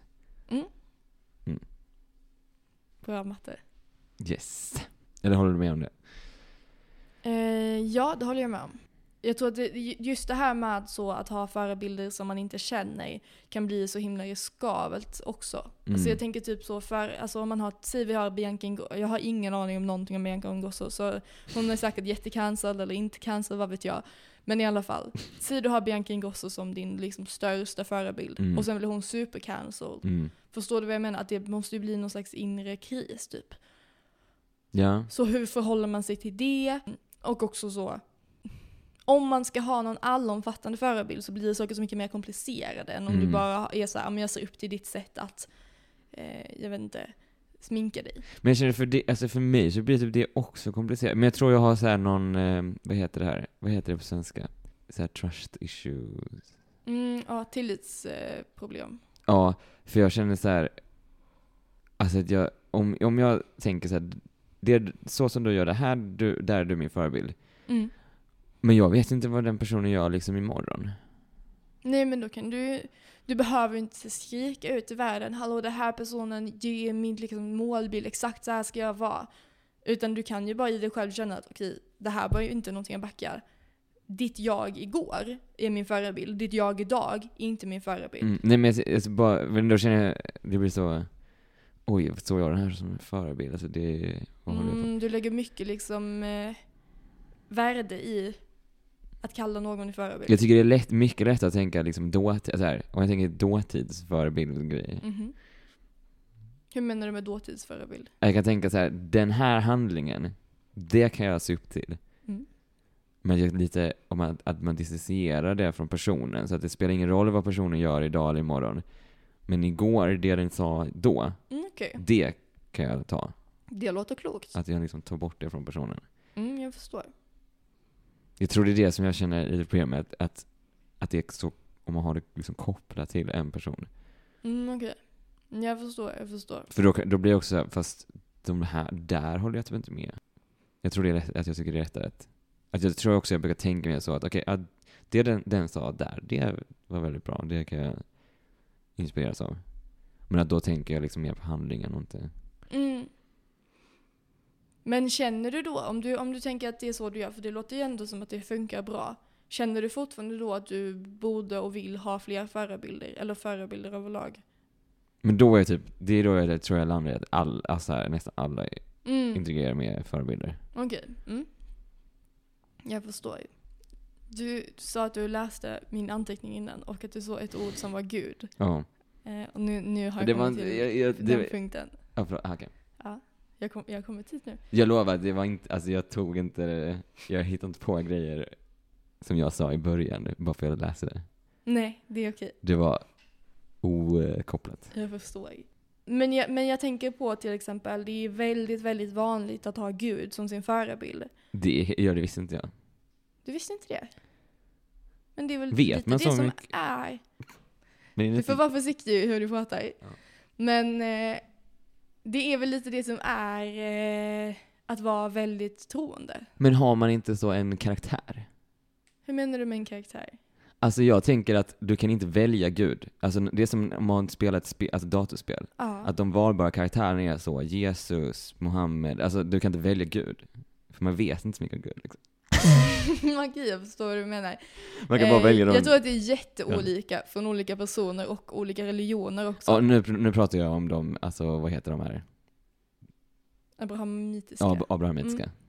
S1: Bra matte.
S2: Yes. Eller håller du med om det?
S1: Eh, ja, det håller jag med om. Jag tror att det, just det här med så att ha förebilder som man inte känner kan bli så himla riskabelt också.
S2: Mm.
S1: Alltså jag tänker typ så för, alltså om man har, säg vi har Bianca Ingrosso, jag har ingen aning om någonting om Bianca Ingrosso, så hon är säkert jättecancelled eller inte cancelled, vad vet jag. Men i alla fall, säg du har Bianca Ingrosso som din liksom största förebild
S2: Mm.
S1: och sen blir hon supercancelled.
S2: Mm.
S1: Förstår du vad jag menar? Att det måste ju bli någon slags inre kris typ.
S2: Ja.
S1: Så hur förhåller man sig till det? Och också så, om man ska ha någon allomfattande förebild så blir saker så mycket mer komplicerade än om
S2: Mm.
S1: du bara är så här, men jag ser upp till ditt sätt att, eh, jag vet inte, sminka dig.
S2: Men jag känner för det, alltså för mig så blir typ det också komplicerat. Men jag tror jag har så här någon, eh, vad heter det här? Vad heter det på svenska? Så här trust issues.
S1: Mm, ja, tillitsproblem.
S2: Ja, för jag känner så här, alltså att jag, om, om jag tänker så här, det, så som du gör det här, du, där är du min förebild.
S1: Mm.
S2: Men jag vet inte vad den personen gör liksom imorgon.
S1: Nej, men då kan du, du behöver inte skrika ut i världen, hallå, det här personen, det är min liksom, målbild, exakt så här ska jag vara. Utan du kan ju bara i dig själv känna att okej, det här var ju inte någonting jag backar. Ditt jag igår är min förebild, ditt jag idag är inte min förebild.
S2: Mm, nej men jag, jag, bara, men då känner jag, det blir så, oj, så jag den här som en förebild, alltså det, vad håller jag på?
S1: Mm, du lägger mycket liksom eh, värde i att kalla någon i förebild.
S2: Jag tycker det är lätt, mycket lätt att tänka liksom dåtid, alltså här, om jag tänker dåtidsförebild och grejer.
S1: Mhm. Hur menar du med dåtidsförebild?
S2: Jag kan tänka så här, den här handlingen, det kan jag se upp till.
S1: Mm.
S2: man gör lite om att, att man dissocierar det från personen. Så att det spelar ingen roll vad personen gör idag eller imorgon. Men igår, det den sa då,
S1: Mm, okay.
S2: det kan jag ta.
S1: Det låter klokt.
S2: Att jag liksom tar bort det från personen.
S1: Mm, jag förstår.
S2: Jag tror det är det som jag känner i problemet. Att, att det är så, om man har det liksom kopplat till en person.
S1: Mm, okej. Okay. Jag förstår, jag förstår.
S2: För då, då blir det också, fast de här, där håller jag typ inte med. Jag tror det är rätt, att jag tycker det är rätt rätt. Att jag tror också jag brukar tänka mig så att okej, okay, det den, den sa där, det var väldigt bra. Det kan jag inspireras av. Men att då tänker jag liksom mer på handlingen och inte...
S1: Mm. Men känner du då, om du, om du tänker att det är så du gör, för det låter ju ändå som att det funkar bra. Känner du fortfarande då att du borde och vill ha fler förebilder, eller förebilder överlag?
S2: Men då är typ, det är då jag tror jag landar i att all, alltså här, nästan alla
S1: mm.
S2: integrerar med förebilder.
S1: Okej. Okay. Mm. Jag förstår. Du sa att du läste min anteckning innan och att du såg ett ord som var Gud.
S2: Ja.
S1: Eh, och nu, nu har jag
S2: det
S1: kommit
S2: var,
S1: till
S2: jag, jag,
S1: den
S2: det,
S1: punkten.
S2: Ja, för, okay.
S1: Ja, jag, kom, jag har kommit hit nu.
S2: Jag lovar, det var inte, alltså jag tog inte, jag hittade inte på grejer som jag sa i början, bara för att jag läste det.
S1: Nej, det är okej.
S2: Det var okopplat.
S1: Jag förstår. Men jag, men jag tänker på till exempel, det är väldigt, väldigt vanligt att ha Gud som sin förebild.
S2: Det gör det visst inte jag.
S1: Du visste inte det? Men det är väl
S2: Vet
S1: lite
S2: man
S1: det
S2: så
S1: som
S2: mycket?
S1: är.
S2: Men
S1: Du får vara försiktig i hur du pratar.
S2: Ja.
S1: Men eh, det är väl lite det som är eh, att vara väldigt troende.
S2: Men har man inte så en karaktär?
S1: Hur menar du med en karaktär?
S2: Alltså jag tänker att du kan inte välja Gud. Alltså det är som om man spelar ett spe, alltså datorspel.
S1: Ja.
S2: Att de valbara karaktärerna är så, Jesus, Mohammed. Alltså du kan inte välja Gud. För man vet inte så mycket om Gud liksom.
S1: Magi, jag förstår vad du menar.
S2: Man kan bara
S1: eh,
S2: välja dem.
S1: Jag tror att det är jätteolika ja. Från olika personer och olika religioner också.
S2: Ja, nu, nu pratar jag om dem, alltså vad heter de här?
S1: Abrahamitiska.
S2: Ja, abrahamitiska.
S1: Mm.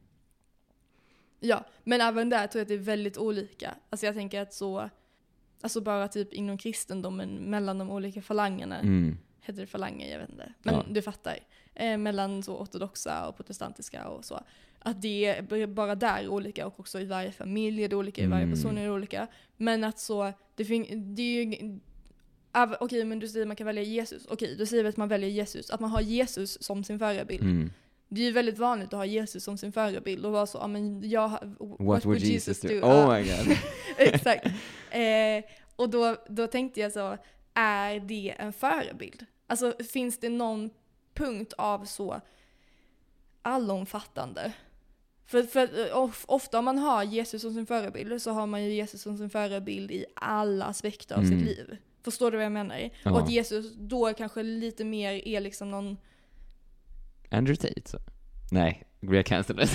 S1: Ja, men även där tror jag att det är väldigt olika. Alltså jag tänker att så, alltså bara typ inom kristendomen mellan de olika falangerna.
S2: Mm.
S1: Heter det falanger, jag vet inte. Men
S2: Ja.
S1: du fattar. Eh, mellan så ortodoxa och protestantiska och så. Att det är bara där är olika och också i varje familj är det olika, i varje
S2: Mm.
S1: person är det olika. Men att så, det, fin- det är ju... Okej, okay, men du säger att man kan välja Jesus. Okej, okay, då säger vi att man väljer Jesus. Att man har Jesus som sin förebild.
S2: Mm.
S1: Det är ju väldigt vanligt att ha Jesus som sin förebild och vara så, ja men jag, what,
S2: What would Jesus do?
S1: do?
S2: Oh
S1: Ah.
S2: my god.
S1: Exakt. Eh, och då, då tänkte jag så, är det en förebild? Alltså finns det någon punkt av så allomfattande? För, för of, ofta om man har Jesus som sin förebild så har man ju Jesus som sin förebild i alla aspekter av
S2: Mm.
S1: sitt liv. Förstår du vad jag menar?
S2: Ja.
S1: Och att Jesus då kanske lite mer är liksom någon...
S2: Andrew Tate så. Nej, vi cancelled.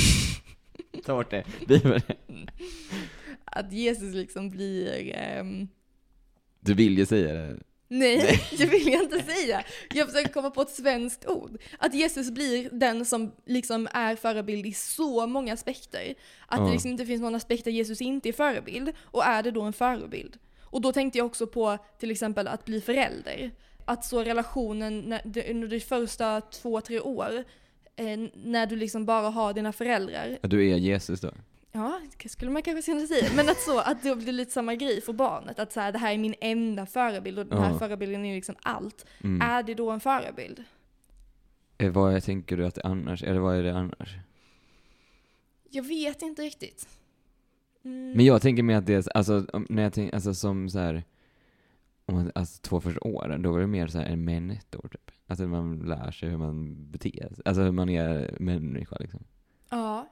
S2: Ta bort det. Bibeln.
S1: Att Jesus liksom blir... ehm,
S2: Du vill ju säga det.
S1: Nej,
S2: Nej.
S1: det vill jag inte säga. Jag försöker komma på ett svenskt ord. Att Jesus blir den som liksom är förebild i så många aspekter. Att
S2: Ja.
S1: det liksom inte finns någon aspekt där Jesus inte är förebild. Och är det då en förebild? Och då tänkte jag också på till exempel att bli förälder. Att så relationen när, det- under de första två, tre år eh, när du liksom bara har dina föräldrar.
S2: Ja, du är Jesus då.
S1: Ja, det skulle man kanske kunna säga. Men att så, att det blir lite samma grej för barnet. Att så här, det här är min enda förebild och den här
S2: Ja.
S1: förebilden är liksom allt.
S2: Mm.
S1: Är det då en förebild?
S2: Eh, vad jag tänker du att det annars, eller vad är det annars?
S1: Jag vet inte riktigt. Mm.
S2: Men jag tänker mig att det är, alltså, om- när jag tänker, alltså som så här, om man, alltså två första åren, då är det mer så här en mentor typ. Alltså man lär sig hur man beter sig, alltså hur man är människa liksom.
S1: Ja.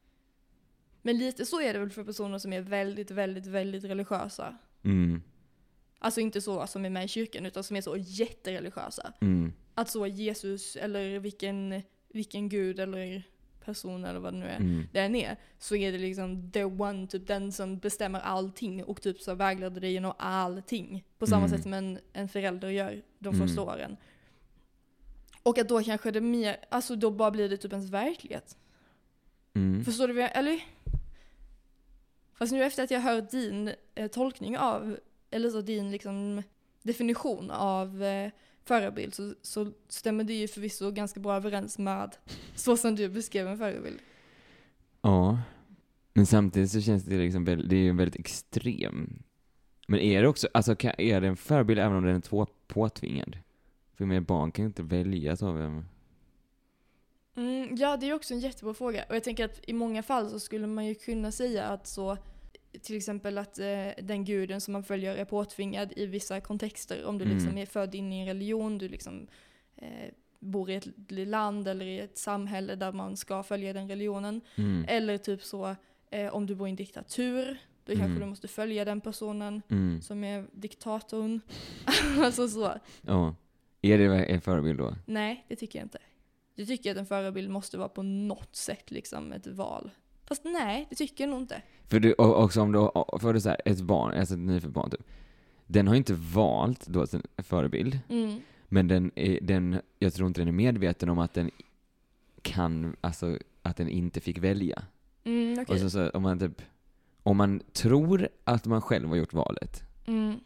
S1: Men lite så är det väl för personer som är väldigt, väldigt, väldigt religiösa.
S2: Mm.
S1: Alltså inte så som är med i kyrkan utan som är så jättereligiösa.
S2: Mm.
S1: Att så Jesus eller vilken, vilken gud eller person eller vad det nu är.
S2: Mm.
S1: Den är, så är det liksom the one, typ den som bestämmer allting och typ så vägleder dig genom allting. På samma
S2: Mm.
S1: sätt som en, en förälder gör de
S2: Mm.
S1: första åren. Och att då kanske det mer, alltså då bara blir det typ ens verklighet.
S2: Mm.
S1: Förstår du vad jag, eller? Fast nu efter att jag hört din eh, tolkning av, eller så din liksom definition av eh, förebild så, så stämmer det ju förvisso ganska bra överens med så som du beskrev en förebild.
S2: Ja. Men samtidigt så känns det liksom väl, det är ju en väldigt extrem. Men är det också, alltså kan, är det en förebild även om den är två påtvingad? För med barn kan ju inte välja så vem.
S1: Mm, ja, det är också en jättebra fråga. Och jag tänker att i många fall så skulle man ju kunna säga att så, till exempel att eh, den guden som man följer är påtvingad i vissa kontexter. Om du liksom
S2: Mm.
S1: är född in i en religion, du liksom eh, bor i ett land eller i ett samhälle där man ska följa den religionen.
S2: Mm.
S1: Eller typ så, eh, om du bor i en diktatur, då kanske
S2: Mm.
S1: du måste följa den personen
S2: Mm.
S1: som är diktatorn. Alltså så.
S2: Ja. Är det en förebild då?
S1: Nej, det tycker jag inte. Jag tycker att en förebild måste vara på något sätt liksom ett val. Fast nej, det tycker jag nog inte.
S2: För du, och också om du, för det så här, ett barn, alltså ett nyfött barn typ. Den har ju inte valt då sin förebild.
S1: Mm.
S2: Men den är, den, jag tror inte den är medveten om att den kan, alltså att den inte fick välja.
S1: Mm, okej.
S2: Och så, så om man typ, om man tror att man själv har gjort valet.
S1: Mm.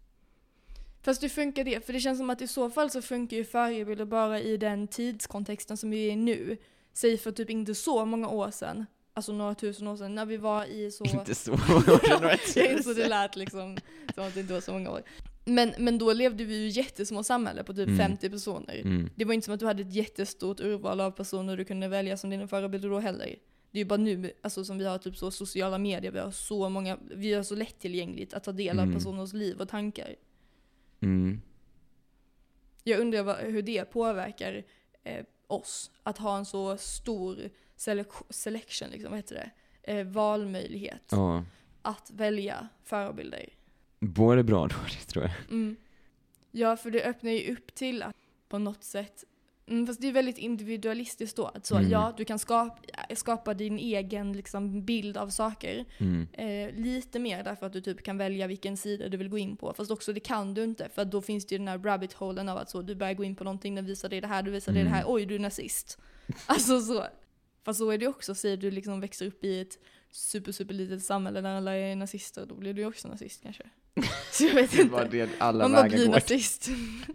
S1: Fast hur funkar det? För det känns som att i så fall så funkar ju förebilder bara i den tidskontexten som vi är i nu. Säg för typ inte så många år sedan. Alltså några tusen år sedan när vi var i så...
S2: Inte så många
S1: Jag insåg det lät liksom som att det inte var så många år. Men, men då levde vi ju jättesmå samhälle på typ
S2: Mm.
S1: femtio personer.
S2: Mm.
S1: Det var inte som att du hade ett jättestort urval av personer du kunde välja som dina förebilder då heller. Det är ju bara nu, alltså som vi har typ så sociala medier, vi har så många, vi har så lättillgängligt att ta del av
S2: Mm.
S1: personers liv och tankar.
S2: Mm.
S1: Jag undrar vad, hur det påverkar eh, oss att ha en så stor selek- selection, liksom, vad heter det? Eh, valmöjlighet
S2: Ja.
S1: att välja förebilder.
S2: Både bra och dåligt tror jag.
S1: Mm. Ja, för det öppnar ju upp till att på något sätt, mm, fast det är väldigt individualistiskt då, att så,
S2: Mm.
S1: ja, du kan skapa, skapa din egen liksom, bild av saker.
S2: Mm.
S1: Eh, lite mer därför att du typ kan välja vilken sida du vill gå in på. Fast också det kan du inte. För då finns det ju den här rabbit holen av att så, du börjar gå in på någonting, den visar dig det här, du visar dig
S2: Mm.
S1: det här, oj du är nazist. Alltså så. Fast så är det också, säger du liksom växer upp i ett super super litet samhälle där alla är nazister, då blir du ju också nazist kanske. Så jag vet
S2: Det var
S1: inte.
S2: det alla
S1: Man bara
S2: vägar
S1: blir
S2: går.
S1: nazist.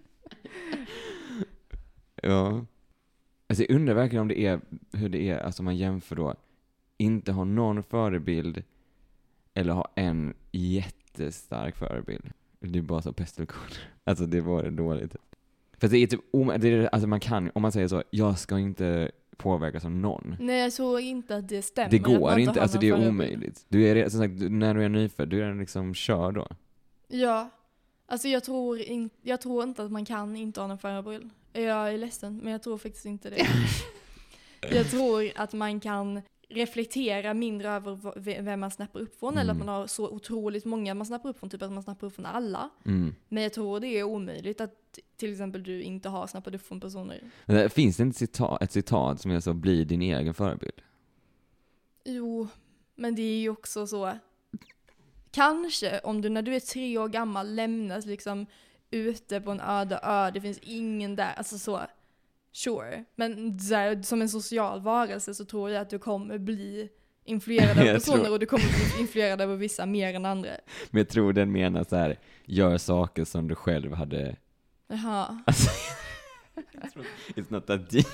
S2: Ja. Alltså jag undrar verkligen om det är hur det är, alltså om man jämför då, inte ha någon förebild eller ha en jättestark förebild. Det är bara så pest eller kolera. Alltså det var dåligt. För det är typ, om- det är, alltså man kan, om man säger så, jag ska inte påverkas av någon.
S1: Nej, jag tror inte att det stämmer.
S2: Det
S1: att man
S2: går inte,
S1: har
S2: alltså
S1: någon
S2: det är
S1: förebild.
S2: omöjligt. Du är, som sagt, när du är nyfödd, du är liksom kör då.
S1: Ja, alltså jag tror, in, jag tror inte att man kan inte ha en förebild. Jag är ledsen, men jag tror faktiskt inte det. Jag tror att man kan reflektera mindre över v- vem man snappar upp från,
S2: Mm.
S1: eller att man har så otroligt många man snappar upp från, typ att man snappar upp från alla.
S2: Mm.
S1: Men jag tror det är omöjligt att till exempel du inte har snappat upp från personer.
S2: Men det- finns det inte citat, ett citat som är så, bli din egen förebild?
S1: Jo, men det är ju också så. Kanske om du när du är tre år gammal lämnas liksom ute på en öde ö, det finns ingen där, alltså så, sure. Men så här, som en social varelse så tror jag att du kommer bli influerad av
S2: Jag
S1: personer
S2: tror-
S1: och du kommer bli influerad av vissa mer än andra.
S2: Men jag tror den menar så här, gör saker som du själv hade...
S1: Jaha.
S2: Alltså, it's not that deep.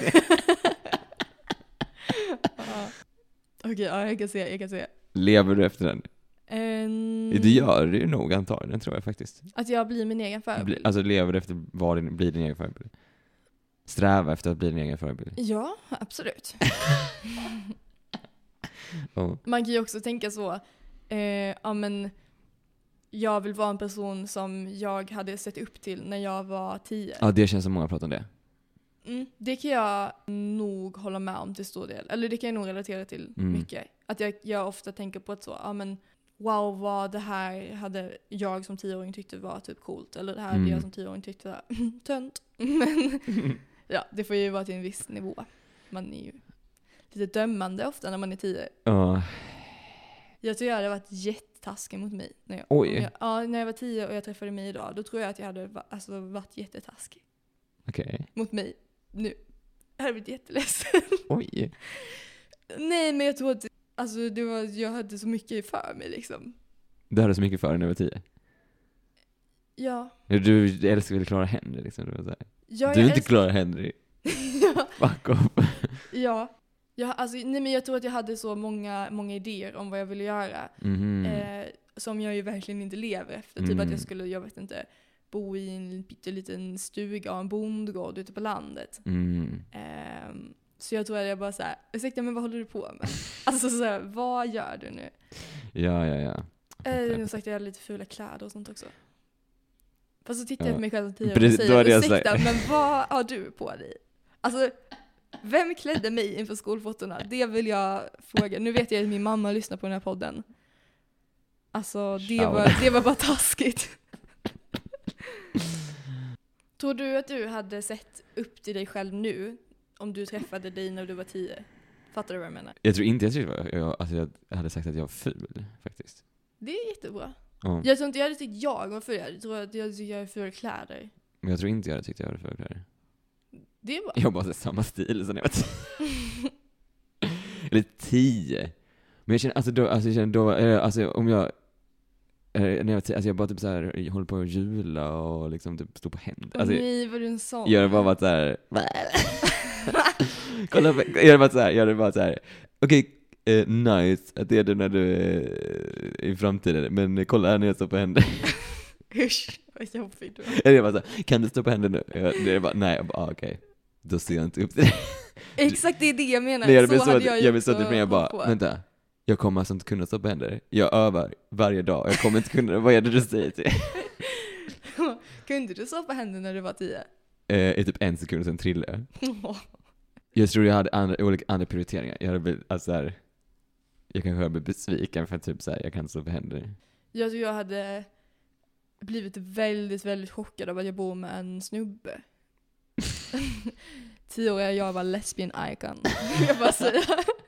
S1: Ja. Okej, ja, jag kan se, jag kan se.
S2: Lever du efter den?
S1: Um,
S2: Det gör du ju nog antagligen, tror jag faktiskt.
S1: Att jag blir min egen förebild.
S2: Bli, alltså lever du efter vad din, blir din egen förebild? Sträva efter att bli din egen förebild.
S1: Ja, absolut.
S2: Oh.
S1: Man kan ju också tänka så, eh, ja men jag vill vara en person som jag hade sett upp till när jag var tio.
S2: Ja, det känns som många pratar om det.
S1: Mm, det kan jag nog hålla med om till stor del. Eller det kan jag nog relatera till
S2: Mm.
S1: mycket. Att jag, jag ofta tänker på att så, ja men wow, vad det här hade jag som tioåring tyckte var typ coolt. Eller det här hade
S2: Mm.
S1: jag som tioåring tyckte var tönt. Men ja, det får ju vara till en viss nivå. Man är ju lite dömande ofta när man är tio.
S2: Ja.
S1: Jag tror jag hade varit jättetaskig mot mig. När jag,
S2: Oj.
S1: om jag, ja, när jag var tio och jag träffade mig idag, då tror jag att jag hade va, alltså, varit jättetaskig
S2: Okej.
S1: mot mig nu. Jag hade blivit jätteledsen.
S2: Oj.
S1: Nej, men jag tror att alltså, det var, jag hade så mycket för mig liksom.
S2: Du hade så mycket för dig när du var tio.
S1: Ja.
S2: Du älskar väl Clara Henry liksom. Du, var så här.
S1: ja
S2: du är
S1: jag
S2: inte
S1: älskar-
S2: Clara Henry.
S1: ja.
S2: Fuck off.
S1: ja. Jag, alltså, nej, men jag tror att jag hade så många, många idéer om vad jag ville göra.
S2: Mhm.
S1: Eh, som jag ju verkligen inte lever efter. Typ
S2: Mm.
S1: att jag skulle, jag vet inte, bo i en pytteliten stuga och en bondgård ute på landet.
S2: Mm.
S1: Eh, så jag tror att jag bara såhär, ursäkta men vad håller du på med? Alltså såhär, vad gör du nu?
S2: Ja, ja, ja.
S1: Eh,
S2: Fattar.
S1: nu sagt jag hade lite fula kläder och sånt också. Fast så tittar
S2: Ja.
S1: jag på mig själv som tio år och
S2: Precis, då
S1: säger,
S2: hade jag
S1: ursäkta
S2: sagt-
S1: men vad har du på dig? Alltså, vem klädde mig inför skolfotona? Det vill jag fråga. Nu vet jag att min mamma lyssnar på den här podden. Alltså, det
S2: Ciao.
S1: var, det var bara taskigt. Tror du att du hade sett upp till dig själv nu om du träffade dig när du var tio? Fattar du vad jag menar?
S2: Jag tror inte jag, skulle, jag, alltså jag hade sagt att jag var ful, faktiskt.
S1: Det är jättebra.
S2: Ja.
S1: Jag tror inte jag hade tyckt jag var ful. Jag tror att jag tycker jag är fula kläder.
S2: Men jag tror inte jag hade tyckt jag hade fula kläder.
S1: Det är bra.
S2: Jag har bara så samma stil som jag var tio. Eller tio. Men jag känner, alltså då, alltså jag känner då, eh, alltså om jag, eh, när jag var tio, alltså jag bara typ så här, jag håller på att jula och liksom typ stå på händer.
S1: Åh
S2: Alltså,
S1: nej, var du en sån?
S2: jag hade bara varit så här. Kolla, på- jag hade varit så här, jag hade bara så här. Okej, eh, nice att det är det när du är i framtiden, men kolla här när jag står på händer.
S1: Usch, vad jobbigt du var.
S2: Eller jag bara så här, kan du stå på händer nu? Jag, det är bara, nej, jag bara, ah, okej. Då ser jag inte upp till det.
S1: Exakt, det är det jag menar.
S2: Nej, jag
S1: så
S2: vill så,
S1: hade jag
S2: jag,
S1: ju
S2: jag vill så
S1: också
S2: att jag bara,
S1: hållit på.
S2: vänta. Jag kommer alltså inte kunna stå på händer. Jag övar varje dag. Jag kommer inte kunna, vad är det du säger till?
S1: Kunde du stå på händerna när du var tio?
S2: Eh, I typ en sekund sen trillade jag. Jag tror jag hade andra, olika andra prioriteringar. Jag hade blivit, alltså här, jag kanske hade blivit besviken för att typ så här, jag kan inte stå på händer.
S1: Jag tror jag hade blivit väldigt, väldigt chockad av att jag bor med en snubbe. Tioåriga jag var lesbian icon. Jag bara säger.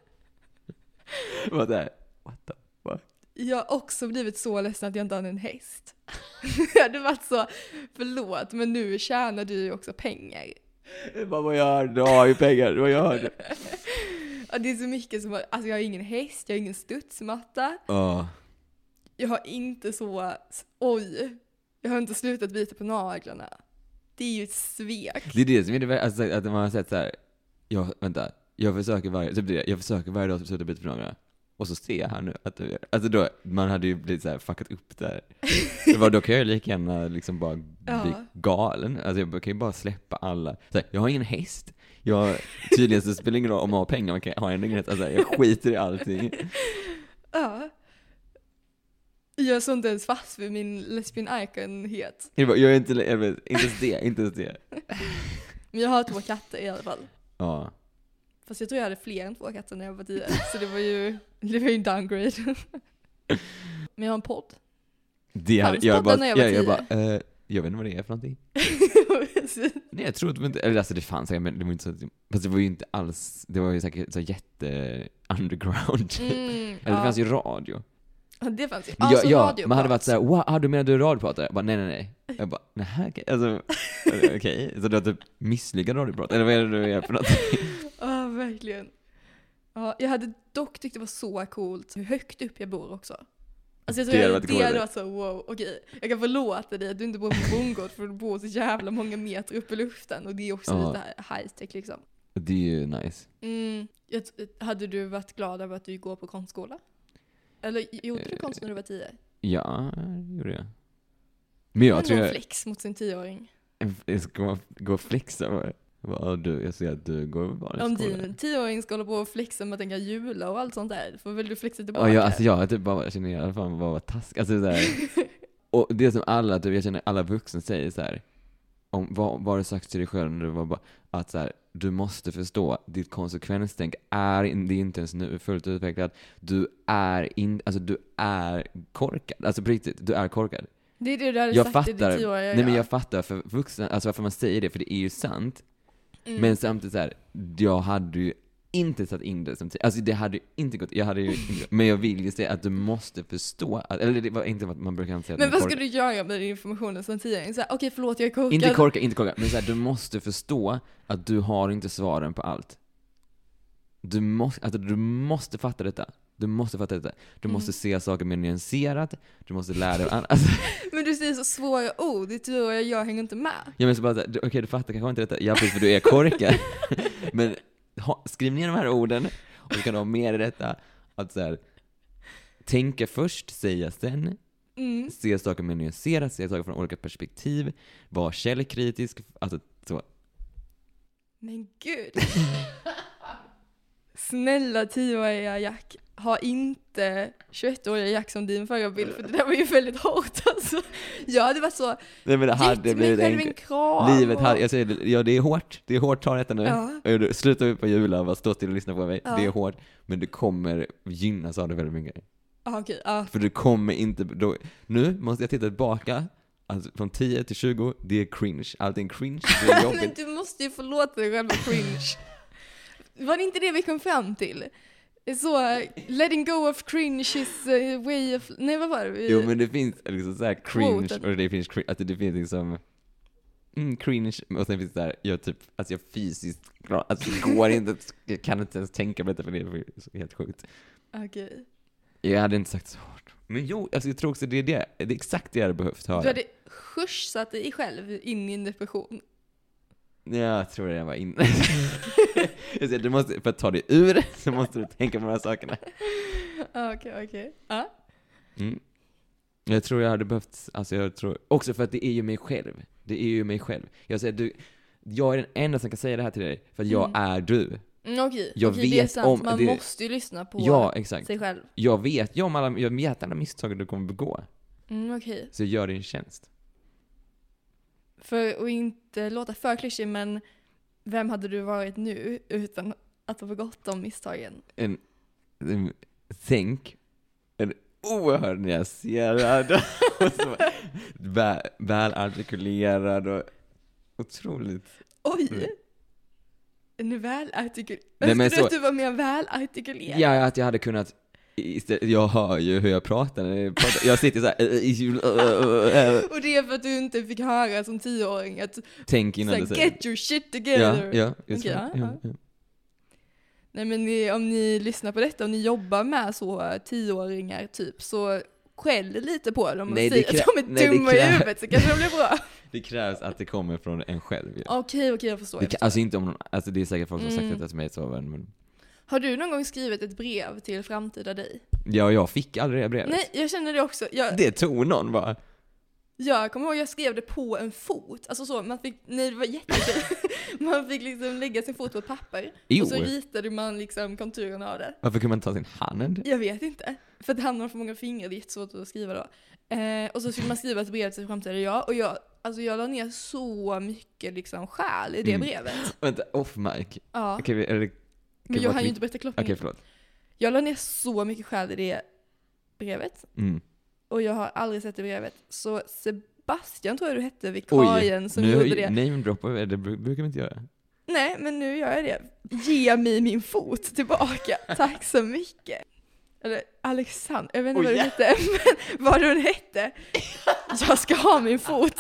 S2: Vad där? What the fuck?
S1: Jag har också blivit så ledsen att jag inte hade en häst. Jag hade varit så, förlåt, men nu tjänar du ju också pengar.
S2: Bara, vad gör du? Du har ju pengar, vad gör du?
S1: Och det är så mycket som, alltså jag har ingen häst, jag har ingen studsmatta.
S2: Oh.
S1: Jag har inte så, oj, jag har inte slutat bita på naglarna. Det är ju ett svek.
S2: Det är det som är det vär- alltså, att man har sett så här. Jag, vänta, jag försöker varje, typ det, jag försöker varje dag att sluta bita på naglarna. Och så ser jag här nu att du, alltså då, man hade ju blivit så här fuckat upp där. Det var, då kan jag lika gärna liksom bara bli
S1: Ja.
S2: galen. Alltså jag kan ju bara släppa alla. Så här, jag har ingen häst. Jag, tydligen så spelar det ingen roll om man har pengar, man kan ha en ingen häst. Alltså jag skiter i allting.
S1: Ja. Jag såg inte ens fast vid min lesbian icon-het.
S2: Jag, bara, jag är inte, jag vet, inte ens det, inte ens det. Men
S1: jag har två katter i alla fall.
S2: Ja.
S1: Fast jag tror jag hade fler än två katter när jag var tio. Så det var ju, det var ju en downgrade. Men jag har en podd.
S2: Det hade,
S1: Fanns
S2: jag,
S1: podden
S2: bara,
S1: när jag var
S2: jag, jag
S1: tio?
S2: bara, eh, jag vet inte vad det är för någonting. Nej, jag tror att det inte, eller alltså det fanns säkert, men det var inte så att, fast det var ju inte alls, det var ju säkert så jätte underground.
S1: Mm,
S2: Eller det fanns ju radio.
S1: Ja, det fanns ju.
S2: Men
S1: Alltså
S2: jag, ja,
S1: radioprat.
S2: man hade varit såhär, wow, ah, du menar du är radiopratare? Jag bara, nej nej nej. Jag bara, nej okej, alltså, okej. Okay. Så du har typ misslyckad radioprat, eller vad är det du är för något?
S1: Ja, verkligen. Ja, jag hade dock tyckt det var så coolt hur högt upp jag bor också. Alltså jag tror
S2: Det hade
S1: jag,
S2: varit
S1: det hade
S2: coolt.
S1: varit så, wow, okej. Jag kan förlåta dig att du inte bor på bondgård för du bor så jävla många meter upp i luften. Och det är också
S2: Ja.
S1: lite high tech liksom.
S2: Det är ju nice.
S1: Mm, jag, hade du varit glad över att du går på konstskola? Eller gjorde du konst när du var tio?
S2: Ja, det gjorde jag. Men jag
S1: Men
S2: tror
S1: någon
S2: jag,
S1: flex mot sin tioåring.
S2: jag ska gå och flexa. Vad du, jag ser att du går vanlig
S1: Om
S2: skola.
S1: din tioåring ska hålla på och flexa med att tänka jula och allt sånt där, får väl du flexa tillbaka?
S2: Ja, jag, alltså jag typ bara känner i alla fall vad var task. Alltså så här. Och det som alla, typ, jag känner alla vuxna säger så här. Om vad, vad du sagt till dig själv när du var bara, att så här, du måste förstå ditt konsekvenstänk är in, det är inte ens nu fullt utvecklat. Du är in, alltså du är korkad. Alltså på riktigt, du är korkad.
S1: Det är det du hade
S2: Jag
S1: sagt till
S2: fattar,
S1: din tioåriga.
S2: nej men jag fattar för vuxna, alltså varför man säger det, för det är ju sant.
S1: Mm.
S2: Men samtidigt så här, jag hade ju inte satt in det som tid. Alltså det hade ju inte gått, jag hade ju inte, men jag vill ju säga att du måste förstå, att, eller det var inte vad man brukar säga. att
S1: Men
S2: man
S1: vad
S2: korkad.
S1: ska du göra med den informationen som tioåring? Såhär, okej förlåt jag är korkad.
S2: Inte korka, inte korka, men så här, du måste förstå att du har inte svaren på allt. Du måste, alltså, du måste fatta detta. Du måste fatta detta. Du
S1: Mm.
S2: måste se saker mer nyanserat. Du måste lära dig an- alltså,
S1: Men du säger så svåra ord, det tioåriga jag hänger inte med.
S2: jag menar så bara, så här, du- okej du fattar kanske inte detta. Ja, precis, för du är korkad. Men ha, skriv ner de här orden och så kan du ha med i detta att så här, tänka först, säga sen,
S1: Mm.
S2: se saker med nyanserat, se saker från olika perspektiv, vara källkritisk, alltså så.
S1: Men gud. Snälla tioåriga Jack, ha inte tjugoettåriga Jack som din förebild, för det där var ju väldigt hårt alltså. Jag hade varit så,
S2: Nej, men det hade
S1: gett mig själv
S2: en,
S1: en kram.
S2: livet
S1: och...
S2: hade, jag säger det, ja det är hårt, det är hårt, ta detta nu.
S1: Ja.
S2: Sluta upp på jula och bara stå still och lyssna på mig,
S1: Ja.
S2: det är hårt, men du kommer gynnas av det väldigt mycket.
S1: Ah, okej, ja.
S2: För du kommer inte, då, nu måste jag titta tillbaka, alltså från tio till tjugo, det är cringe, allting cringe, det är
S1: Men
S2: jobbigt.
S1: du måste ju förlåta dig själv med cringe. Var det inte det vi kom fram till? Så, letting go of cringe is a way of... Nej, vad var det?
S2: Jo men det finns liksom så här cringe,
S1: Quoten.
S2: och det finns cringe, att det finns liksom mm, cringe, och sen finns det där, jag typ, alltså jag fysiskt, alltså det går inte, jag kan inte ens tänka på detta för det är så helt sjukt.
S1: Okej.
S2: Jag hade inte sagt så hårt. Men jo, alltså jag tror också det är det, det är exakt det jag hade behövt höra.
S1: Du hade skjutsat dig själv in i en depression.
S2: Ja, jag tror det jag var inne. Jag säger, du måste, för att ta dig ur så måste du tänka på de här sakerna.
S1: Okej, okej. Ja.
S2: Mm. Jag tror jag hade behövt, alltså jag tror, också för att det är ju mig själv. Det är ju mig själv. Jag säger, du, jag är den enda som kan säga det här till dig, för att jag
S1: Mm.
S2: är du.
S1: Mm, okej,
S2: Jag
S1: okej, det är
S2: vet
S1: sant.
S2: om-
S1: Man
S2: det-
S1: måste ju lyssna på
S2: Ja, exakt.
S1: sig själv.
S2: Jag vet, jag, om alla, jag vet alla misstag du kommer begå.
S1: Mm, okej.
S2: Så gör din tjänst.
S1: För att inte låta för klyschig, men vem hade du varit nu utan att ha begått de misstagen?
S2: En, en tänk, en oerhört nyanserad och så väl, väl artikulerad och otroligt.
S1: Oj!
S2: Mm.
S1: En välartikulerad.
S2: Nej, men
S1: Önskar du
S2: så-
S1: att du var mer välartikulerad?
S2: Ja, att jag hade kunnat istället, jag hör ju hur jag pratar när jag pratar. Jag sitter så här
S1: Och det är för att du inte fick höra som tioåring att
S2: tänk innan
S1: så
S2: du
S1: här,
S2: säger.
S1: get your shit
S2: Ja,
S1: together.
S2: ja, just
S1: Okej,
S2: det.
S1: ja,
S2: Ja,
S1: ja.
S2: ja.
S1: Nej, men ni, om ni lyssnar på detta och ni jobbar med så tioåringar typ, så skäll lite på dem och
S2: Nej, det
S1: säg
S2: krä-
S1: att de är
S2: nej, det
S1: dumma i
S2: krä-
S1: huvudet, så kanske de blir bra.
S2: Det krävs att det kommer från en själv. Ja.
S1: Okej, okej, jag förstår.
S2: Det
S1: Jag
S2: kan,
S1: förstår.
S2: alltså inte om någon, alltså det är säkert folk som har sagt
S1: Mm.
S2: detta till mig så, men
S1: Har du någon gång skrivit ett brev till framtida dig?
S2: ja, jag fick aldrig det brevet.
S1: Nej, jag känner det också. Jag,
S2: Det tog någon bara.
S1: jag kommer ihåg jag skrev det på en fot. Alltså så, man fick, nej det var jättekul. Man fick liksom lägga sin fot på ett papper.
S2: Jo.
S1: Och så ritade man liksom konturerna av det.
S2: Varför kunde man inte ta sin hand?
S1: Jag vet inte. För att han har för många fingrar, det är jättesvårt att skriva då. Eh, och så skulle man skriva ett brev till framtida jag. Och jag, alltså jag la ner så mycket liksom själ i det
S2: Mm.
S1: brevet.
S2: Vänta, off mic.
S1: Ja.
S2: Okej, vi- är det,
S1: Men
S2: kan
S1: jag
S2: vara
S1: hann ju
S2: mitt-
S1: inte berätta klart.
S2: Okej, förlåt.
S1: Jag la ner så mycket själ i det brevet.
S2: Mm.
S1: Och jag har aldrig sett det brevet. Så Sebastian tror jag du hette, vikarien som
S2: nu
S1: gjorde det.
S2: name-droppar, det bru- brukar vi inte göra.
S1: Nej, men nu gör jag det. Ge mig min fot tillbaka. Tack så mycket. Eller Alexander, jag vet inte
S2: Oj,
S1: vad du
S2: ja.
S1: hette, men vad du hette. Jag ska ha min fot.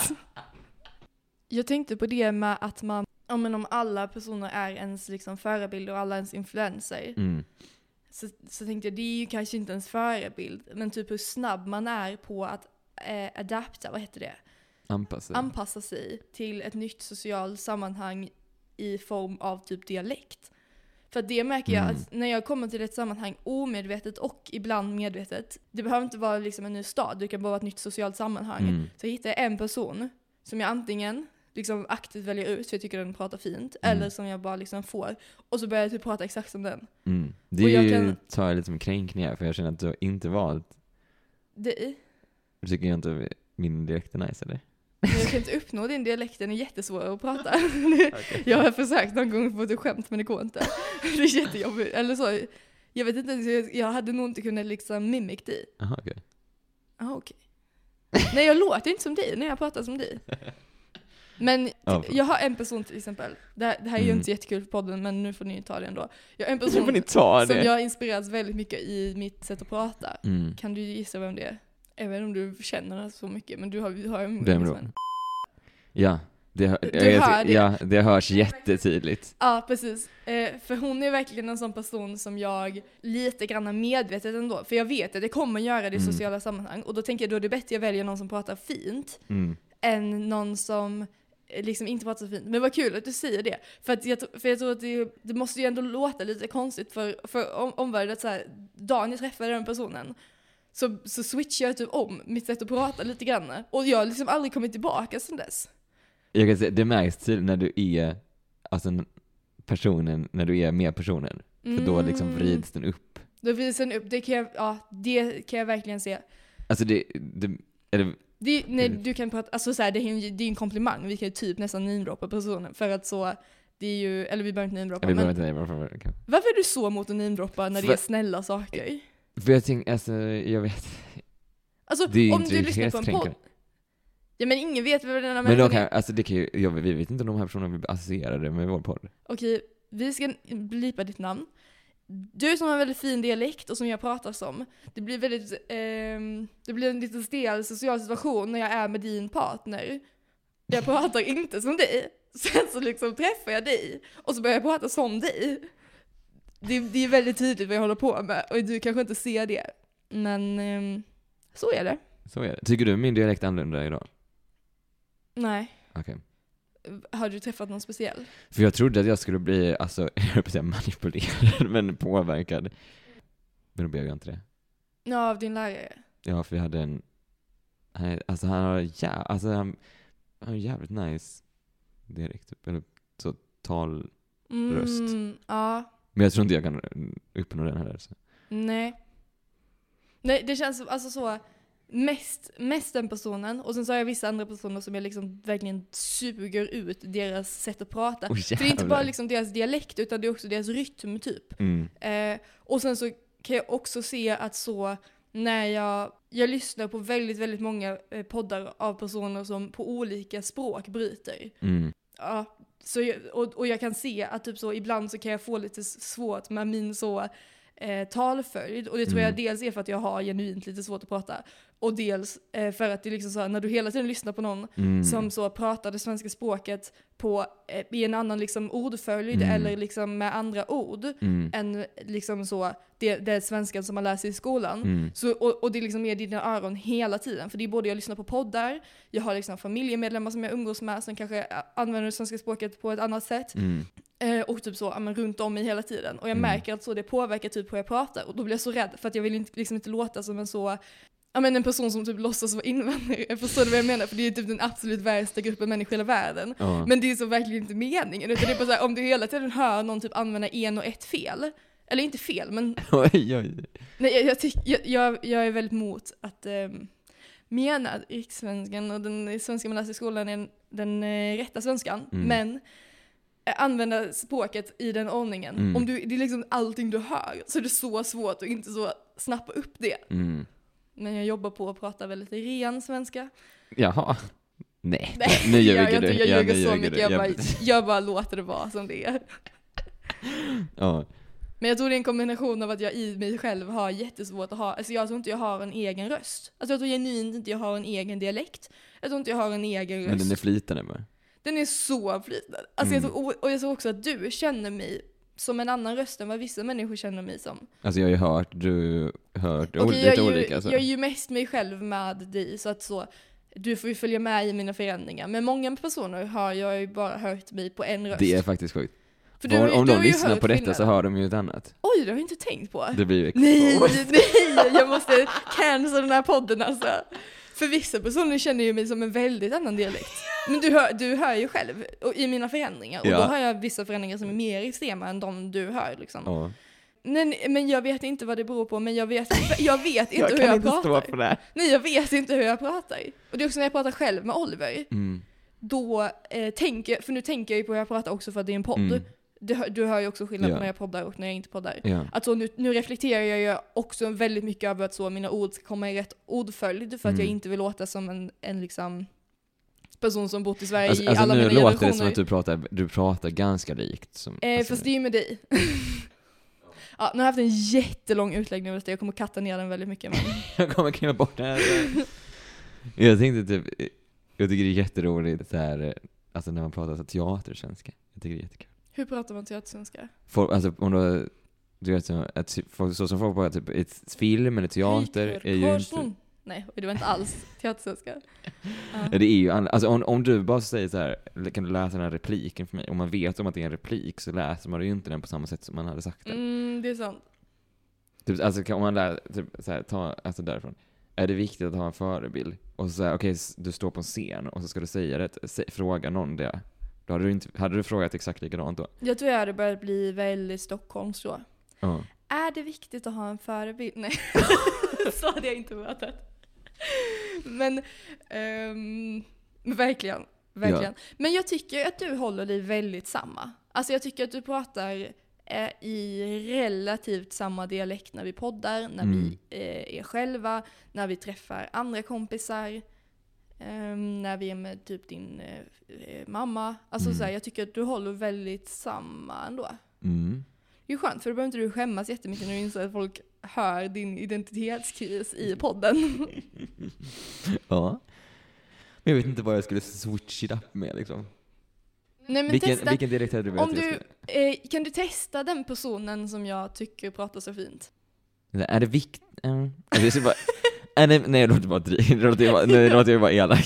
S1: Jag tänkte på det med att man, ja, men om alla personer är ens liksom förebilder och alla ens influenser,
S2: Mm.
S1: så, så tänkte jag, det är ju kanske inte ens förebild, men typ hur snabb man är på att eh, adapta, vad heter det?
S2: Anpassa.
S1: Anpassa sig till ett nytt socialt sammanhang i form av typ dialekt. För att det märker jag
S2: Mm.
S1: att när jag kommer till ett sammanhang omedvetet och ibland medvetet, det behöver inte vara liksom en ny stad, det kan bara vara ett nytt socialt sammanhang.
S2: Mm.
S1: Så hittar jag en person som jag antingen liksom aktivt väljer ut för jag tycker den pratar fint,
S2: Mm.
S1: eller som jag bara liksom får. Och så börjar jag typ prata exakt som den.
S2: Mm. Det
S1: Och
S2: är
S1: jag
S2: ju,
S1: kan-
S2: tar jag lite som kränkning här, för jag känner att du har inte valt.
S1: Det,
S2: Du tycker jag inte min dialekt är nice, eller?
S1: men jag kan inte uppnå din dialekt, den är jättesvår att prata. Jag har försökt någon gång få ett skämt, men det går inte. Det är jättejobbigt. Eller så, jag vet inte, jag- jag hade nog inte kunnat liksom mimic dig.
S2: Jaha, okej.
S1: Ah, okej. Nej, jag låter inte som dig när jag pratar som dig. Men
S2: Ja,
S1: jag har en person till exempel, det här, det här är ju
S2: Mm.
S1: inte jättekul för podden, men nu får ni ta det ändå. Jag har en
S2: Nu får
S1: person
S2: ni ta
S1: som
S2: det.
S1: jag har inspirerats väldigt mycket i mitt sätt att prata.
S2: Mm.
S1: Kan du gissa vem det är? Jag vet inte om du känner det så mycket, men du har, du har en
S2: Vem då? Ja, det, hör,
S1: Du
S2: jag,
S1: hör det?
S2: Ja, det hörs jättetydligt.
S1: Ja, precis. Eh, för hon är verkligen en sån person som jag lite grann medvetet ändå. För jag vet att det kommer göra det i
S2: Mm.
S1: sociala sammanhang. Och då tänker jag då är det bättre jag väljer någon som pratar fint
S2: Mm.
S1: än någon som liksom inte pratar så fint. Men vad kul att du säger det. För, att jag, för jag tror att det, det måste ju ändå låta lite konstigt för, för om, omvärlden att så här, dagen jag träffade den personen så, så switchar jag typ om mitt sätt att prata lite grann. Och jag har liksom aldrig kommit tillbaka sedan dess.
S2: Jag kan säga, det märks till när du är alltså personen, när du är med personen. För mm. då liksom vrids den upp.
S1: Då vrids den upp, det kan jag, ja, det kan jag verkligen se.
S2: Alltså det, det eller
S1: Det, nej, du kan prata, alltså så här, det är ju det är en komplimang. Vi kan ju typ nästan namedroppa personen för att så det är ju, eller vi behöver inte namedroppa.
S2: Vi behöver inte namedroppa. Okay.
S1: Varför är du så mot att namedroppa när
S2: för,
S1: det är snälla saker?
S2: För jag tänker, alltså jag vet.
S1: Alltså
S2: det är
S1: om du lyssnar på en podd. Ja men ingen vet vad den här
S2: men då kan, alltså det kan ju, jag, vi vet inte om de här personerna blir associerade med vår podd.
S1: Okej, vi ska blipa ditt namn. Du som har en väldigt fin dialekt och som jag pratar som. Det blir väldigt eh, det blir en lite stel social situation när jag är med din partner. Jag pratar inte som dig. Sen så liksom träffar jag dig och så börjar jag prata som dig. Det, det är väldigt tydligt vad jag håller på med och du kanske inte ser det. Men eh, så är det.
S2: Så är det. Tycker du min dialekt är annorlunda idag?
S1: Nej.
S2: Okej. Okay.
S1: Har du träffat någon speciell?
S2: För jag trodde att jag skulle bli, alltså, jag höll på att säga manipulerad, men påverkad. Men då blev jag inte det.
S1: Ja, av din lärare?
S2: Ja, för vi hade en, han, alltså han har, ja, alltså han, han har jävligt nice dialekt, typ, eller så talröst.
S1: Mm, ja.
S2: Men jag tror inte jag kan uppnå den här. Så.
S1: Nej. Nej, det känns alltså så... Mest, mest den personen och sen så har jag vissa andra personer som jag liksom verkligen suger ut deras sätt att prata.
S2: Oh,
S1: för det är inte bara liksom deras dialekt utan det är också deras rytm typ.
S2: Mm.
S1: Eh, och sen så kan jag också se att så när jag, jag lyssnar på väldigt, väldigt många eh, poddar av personer som på olika språk bryter.
S2: Mm.
S1: Ja, så jag, och, och jag kan se att typ så ibland så kan jag få lite svårt med min så eh, talföljd och det tror
S2: mm.
S1: jag dels är för att jag har genuint lite svårt att prata och dels eh, för att det är liksom så här, när du hela tiden lyssnar på någon mm. som så pratar det svenska språket på eh, i en annan liksom ordföljd mm. eller liksom med andra ord mm. än liksom så det, det svenskan som man läser i skolan
S2: mm.
S1: så, och, och det är liksom med i dina öron hela tiden för det är både jag lyssnar på poddar, jag har liksom familjemedlemmar som jag umgås med som kanske använder det svenska språket på ett annat sätt
S2: mm.
S1: eh, och typ så men, runt om mig hela tiden och jag mm. märker att så det påverkar typ hur jag pratar och då blir jag så rädd för att jag vill inte, liksom inte låta som en så ja, men en person som typ låtsas vara invandrare. Jag förstår vad jag menar, för det är typ den absolut värsta gruppen människor i hela världen. Ja. Men det är så verkligen inte meningen. Utan det är bara så här, om du hela tiden hör någon typ använda en och ett fel, eller inte fel, men...
S2: Oj, oj.
S1: Nej, jag, jag, tyck, jag, jag, jag är väldigt emot att um, mena att rikssvenskan och den svenska man läser i skolan är den, den uh, rätta svenskan. Mm. Men uh, använda språket i den ordningen. Mm. Om du, det är liksom allting du hör, så är det så svårt att inte så snappa upp det.
S2: Mm.
S1: Men jag jobbar på att prata väldigt ren svenska.
S2: Jaha. Nej, Nej nu ljuger
S1: jag,
S2: du.
S1: Jag, jag
S2: ja,
S1: ljuger så mycket. Jag,
S2: jag,
S1: bara, jag bara låter det vara som det är.
S2: Ja.
S1: Men jag tror det är en kombination av att jag i mig själv har jättesvårt att ha... Alltså jag tror inte jag har en egen röst. Alltså jag tror genuint inte jag har en egen dialekt. Jag tror inte jag har en egen röst.
S2: Men den är flytande med.
S1: Den är så flytande. Alltså mm. jag tror, och jag tror också att du känner mig som en annan röst än vad vissa människor känner mig som.
S2: Alltså jag har ju hört, du hört
S1: okay,
S2: lite
S1: jag ju,
S2: olika. Så.
S1: Jag är ju mest mig själv med dig så att så, du får ju följa med i mina förändringar. Men många personer har jag ju bara hört mig på en röst.
S2: Det är faktiskt sjukt.
S1: För du,
S2: om
S1: du
S2: de lyssnar på detta
S1: skillnaden.
S2: Så hör de ju ett annat.
S1: Oj, det har jag inte tänkt på.
S2: Det blir ju
S1: nej, nej, jag måste cancella den här podden alltså. För vissa personer känner ju mig som en väldigt annan dialekt. Men du hör, du hör ju själv och i mina förändringar. Och ja. Då har jag vissa förändringar som är mer extrema än de du hör. Liksom.
S2: Ja.
S1: Men, men jag vet inte vad det beror på. Men jag vet, jag vet inte
S2: jag
S1: hur jag
S2: inte
S1: pratar.
S2: Stå på det.
S1: Nej, jag vet inte hur jag pratar. Och det är också när jag pratar själv med Oliver.
S2: Mm.
S1: Då eh, tänker för nu tänker jag ju på hur jag pratar också för att det är en podd. Mm. Du, du hör ju också skillnad
S2: ja.
S1: när jag poddar och när jag inte poddar.
S2: Ja.
S1: Alltså nu, nu reflekterar jag ju också väldigt mycket över att så mina ord ska komma i rätt ordföljd för att mm. jag inte vill låta som en, en liksom person som bott i Sverige
S2: alltså,
S1: i
S2: alltså
S1: alla
S2: mina
S1: generationer.
S2: Nu låter det som att du pratar, du pratar ganska likt. Som,
S1: eh,
S2: alltså,
S1: fast det är ju med dig. Ja, nu har jag haft en jättelång utläggning av det. Jag kommer katta ner den väldigt mycket. Men...
S2: jag kommer kliva bort den här. Jag tänkte typ, jag tycker det är jätteroligt så här, alltså när man pratar så teatersvenska. Jag tycker det är jättekul.
S1: Hur pratar man teatersvenska?
S2: Folk, alltså om du vet så, att, så som folk pratar typ ett film eller teater är ju inte...
S1: Nej, det var inte alls teatersvenska. Uh.
S2: Det är ju, alltså om, om du bara säger så här, kan du läsa den här repliken för mig? Om man vet om att det är en replik så läser man ju inte den på samma sätt som man hade sagt den.
S1: Mm, det är sant.
S2: Typ, alltså om man lär, typ, så här, ta, alltså därifrån. Är det viktigt att ha en förebild? Och så säger okej, okay, du står på en scen och så ska du säga det, sä, fråga någon det. Då hade du inte, hade du frågat exakt likadant då?
S1: Jag tror jag hade börjat bli väldigt Stockholms då.
S2: Uh.
S1: Är det viktigt att ha en förebild? Nej, så hade jag inte pratat. Men, um, men verkligen, verkligen. Ja. Men jag tycker att du håller dig väldigt samma. Alltså jag tycker att du pratar eh, i relativt samma dialekt när vi poddar, när mm. vi eh, är själva, när vi träffar andra kompisar, eh, när vi är med typ din eh, mamma. Alltså mm. så här, jag tycker att du håller väldigt samma ändå.
S2: Mm.
S1: Det är skönt, för då behöver inte du skämmas jättemycket när du inser att folk hör din identitetskris i podden.
S2: Ja. Men jag vet inte vad jag skulle switch it up med liksom.
S1: Nej, men
S2: vilken,
S1: testa,
S2: vilken dialekt hade du velat?
S1: Om du, eh, kan du testa den personen som jag tycker pratar så fint?
S2: Är det viktigt? Uh, bara, är det, nej, det låter bara drygt. Det låter ju bara elak.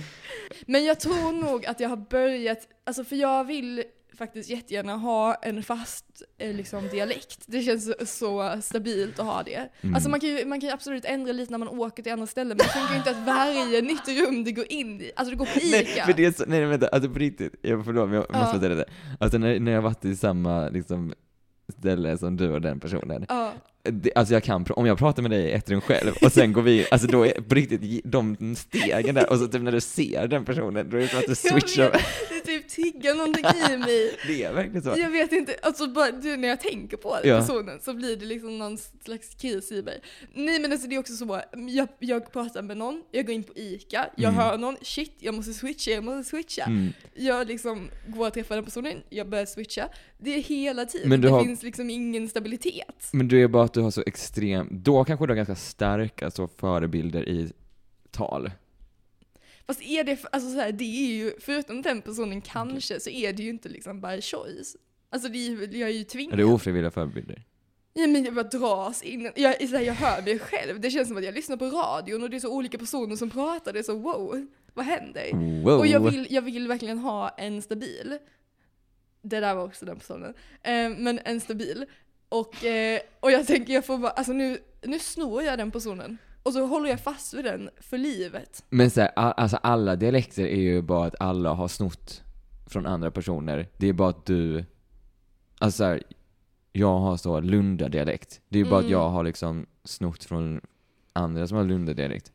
S1: Men jag tror nog att jag har börjat, alltså för jag vill faktiskt jättegärna ha en fast eh, liksom, dialekt. Det känns så, så stabilt att ha det. Mm. Alltså man kan, ju, man kan ju absolut ändra lite när man åker till andra ställen, men jag tänker inte att varje nytt rum det går in i, alltså det går på Ica.
S2: Nej, för det är så, nej, vänta, alltså på riktigt, jag förlåt, men jag måste ja. säga det. Alltså när, när jag varit i samma liksom, ställe som du och den personen.
S1: Ja.
S2: Det, alltså jag kan, om jag pratar med dig i ett rum själv och sen går vi, alltså då är på riktigt de stegen där och så typ när du ser den personen då är det som att du switchar.
S1: Det är typ tigga någonting i mig.
S2: Det är verkligen så.
S1: Jag vet inte, alltså bara du, när jag tänker på den
S2: ja.
S1: personen så blir det liksom någon slags kris i mig. Nej men alltså det är också så, jag, jag pratar med någon, jag går in på Ica, jag mm. hör någon, shit jag måste switcha, jag måste switcha. Mm. Jag liksom går och träffar den personen, jag börjar switcha. Det är hela tiden, men det har... finns liksom ingen stabilitet.
S2: Men du är bara att du har så extrem, då kanske du har ganska starka så förebilder i tal.
S1: Fast är det, alltså så här, det är ju, förutom den personen kanske, okay. så är det ju inte liksom by choice. Alltså det är, jag är ju tvingad.
S2: Är det ofrivilliga förebilder?
S1: Ja men jag bara dras in, jag, så här, jag hör mig själv, det känns som att jag lyssnar på radion och det är så olika personer som pratar, det är så wow, vad händer?
S2: Wow.
S1: Och jag vill, jag vill verkligen ha en stabil, det där var också den personen, eh, men en stabil. Och, eh, och jag tänker jag får bara, alltså nu, nu snor jag den personen och så håller jag fast vid den för livet.
S2: Men så här, alltså alla dialekter är ju bara att alla har snott från andra personer. Det är bara att du, alltså så här, jag har så Lunda-dialekt. Det är ju mm. bara att jag har liksom snott från andra som har Lunda-dialekt.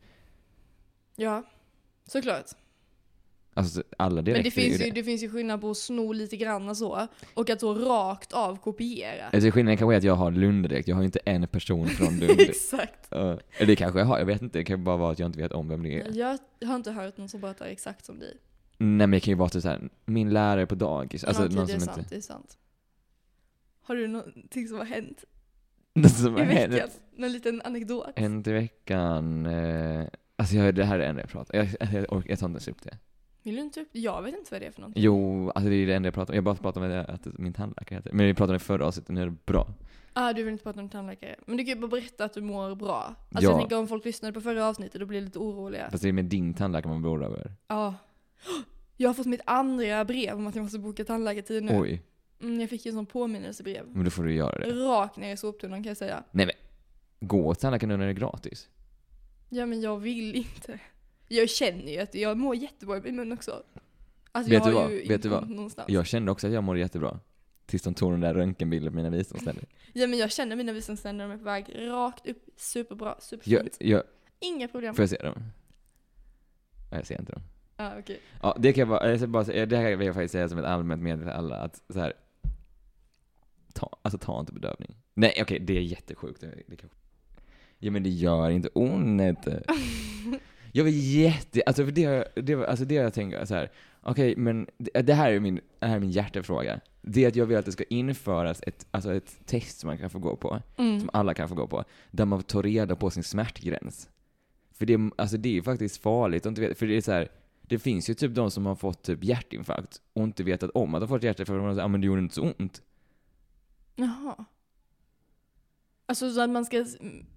S1: Ja, såklart.
S2: Alltså alla dialekter.
S1: Men det finns ju,
S2: det.
S1: det finns ju skillnad på att sno lite grann så och att så rakt av kopiera.
S2: Alltså skillnaden kanske är att jag har Lunda-dialekt. Jag har ju inte en person från Lund.
S1: Exakt.
S2: Uh, eller det kanske jag har, jag vet inte. Det kan bara vara att jag inte vet om vem det är.
S1: Jag har inte hört någon som pratar exakt som dig.
S2: Nej men det kan ju vara typ så här, min lärare på dagis. Alltså,
S1: okej,
S2: någon
S1: det är
S2: som
S1: sant,
S2: inte...
S1: det är sant. Har du någonting som har hänt?
S2: Något som
S1: I
S2: har
S1: veckan?
S2: hänt?
S1: Någon liten anekdot?
S2: Hänt i veckan... Eh, alltså jag, det här är det enda jag pratar. Jag, jag, jag, jag tar inte ens upp det.
S1: Vill du inte upp? Jag vet inte vad det är för någonting.
S2: Jo, alltså det är det enda jag pratar om. Jag bara pratar med det, att min tandläkare heter. Men vi pratade om det förra avsnittet, nu är det bra.
S1: Ah, du vill inte prata om tandläkare. Men du kan ju bara berätta att du mår bra. Alltså
S2: ja.
S1: Jag tänker om folk lyssnade på förra avsnittet, då blir det lite oroliga.
S2: Fast det är med din tandläkare man bor över.
S1: Ja. Jag har fått mitt andra brev om att jag måste boka tandläkartid nu.
S2: Oj.
S1: Mm, jag fick ju en sån påminnelsebrev.
S2: Men då får du göra det.
S1: Rakt ner i soptunnan kan jag säga.
S2: Nej men, gå till tandläkaren nu när det är gratis.
S1: Ja men jag vill inte. Jag känner ju att jag mår jättebra i min mun också. Alltså
S2: vet
S1: jag
S2: du
S1: har
S2: vad?
S1: ju
S2: Vet du vad?
S1: Någonstans.
S2: Jag kände också att jag mår jättebra. Tills de tog den där röntgenbilden på mina visdomständer.
S1: Ja men jag känner mina visdomständer, de är på väg rakt upp. Superbra, superfint.
S2: Jag, jag,
S1: Inga problem.
S2: Får jag se dem? Nej, jag ser inte dem.
S1: Ah, okej. Okay.
S2: Ja, det kan jag bara, jag ska bara säga, det här vill jag faktiskt säga som ett allmänt medel till alla, att så här, ta, alltså ta inte bedövning. Nej, okej, okay, det är jättesjukt. Det, det kan... Ja, men det gör inte ont. Jag vill jätte, alltså för det, det, alltså det jag tänker så här, okej, okay, men det, det här är min, det här är min hjärtefråga. Det är att jag vill att det ska införas ett, alltså ett test som man kan få gå på, mm. som alla kan få gå på, där man tar reda på sin smärtgräns. För det, alltså det är ju faktiskt farligt, inte vet, för det är så här, det finns ju typ de som har fått typ hjärtinfarkt och inte vetat om att de har fått hjärtinfarkt för att de säger, ah, men det gjorde inte så ont.
S1: Jaha. Alltså så att man ska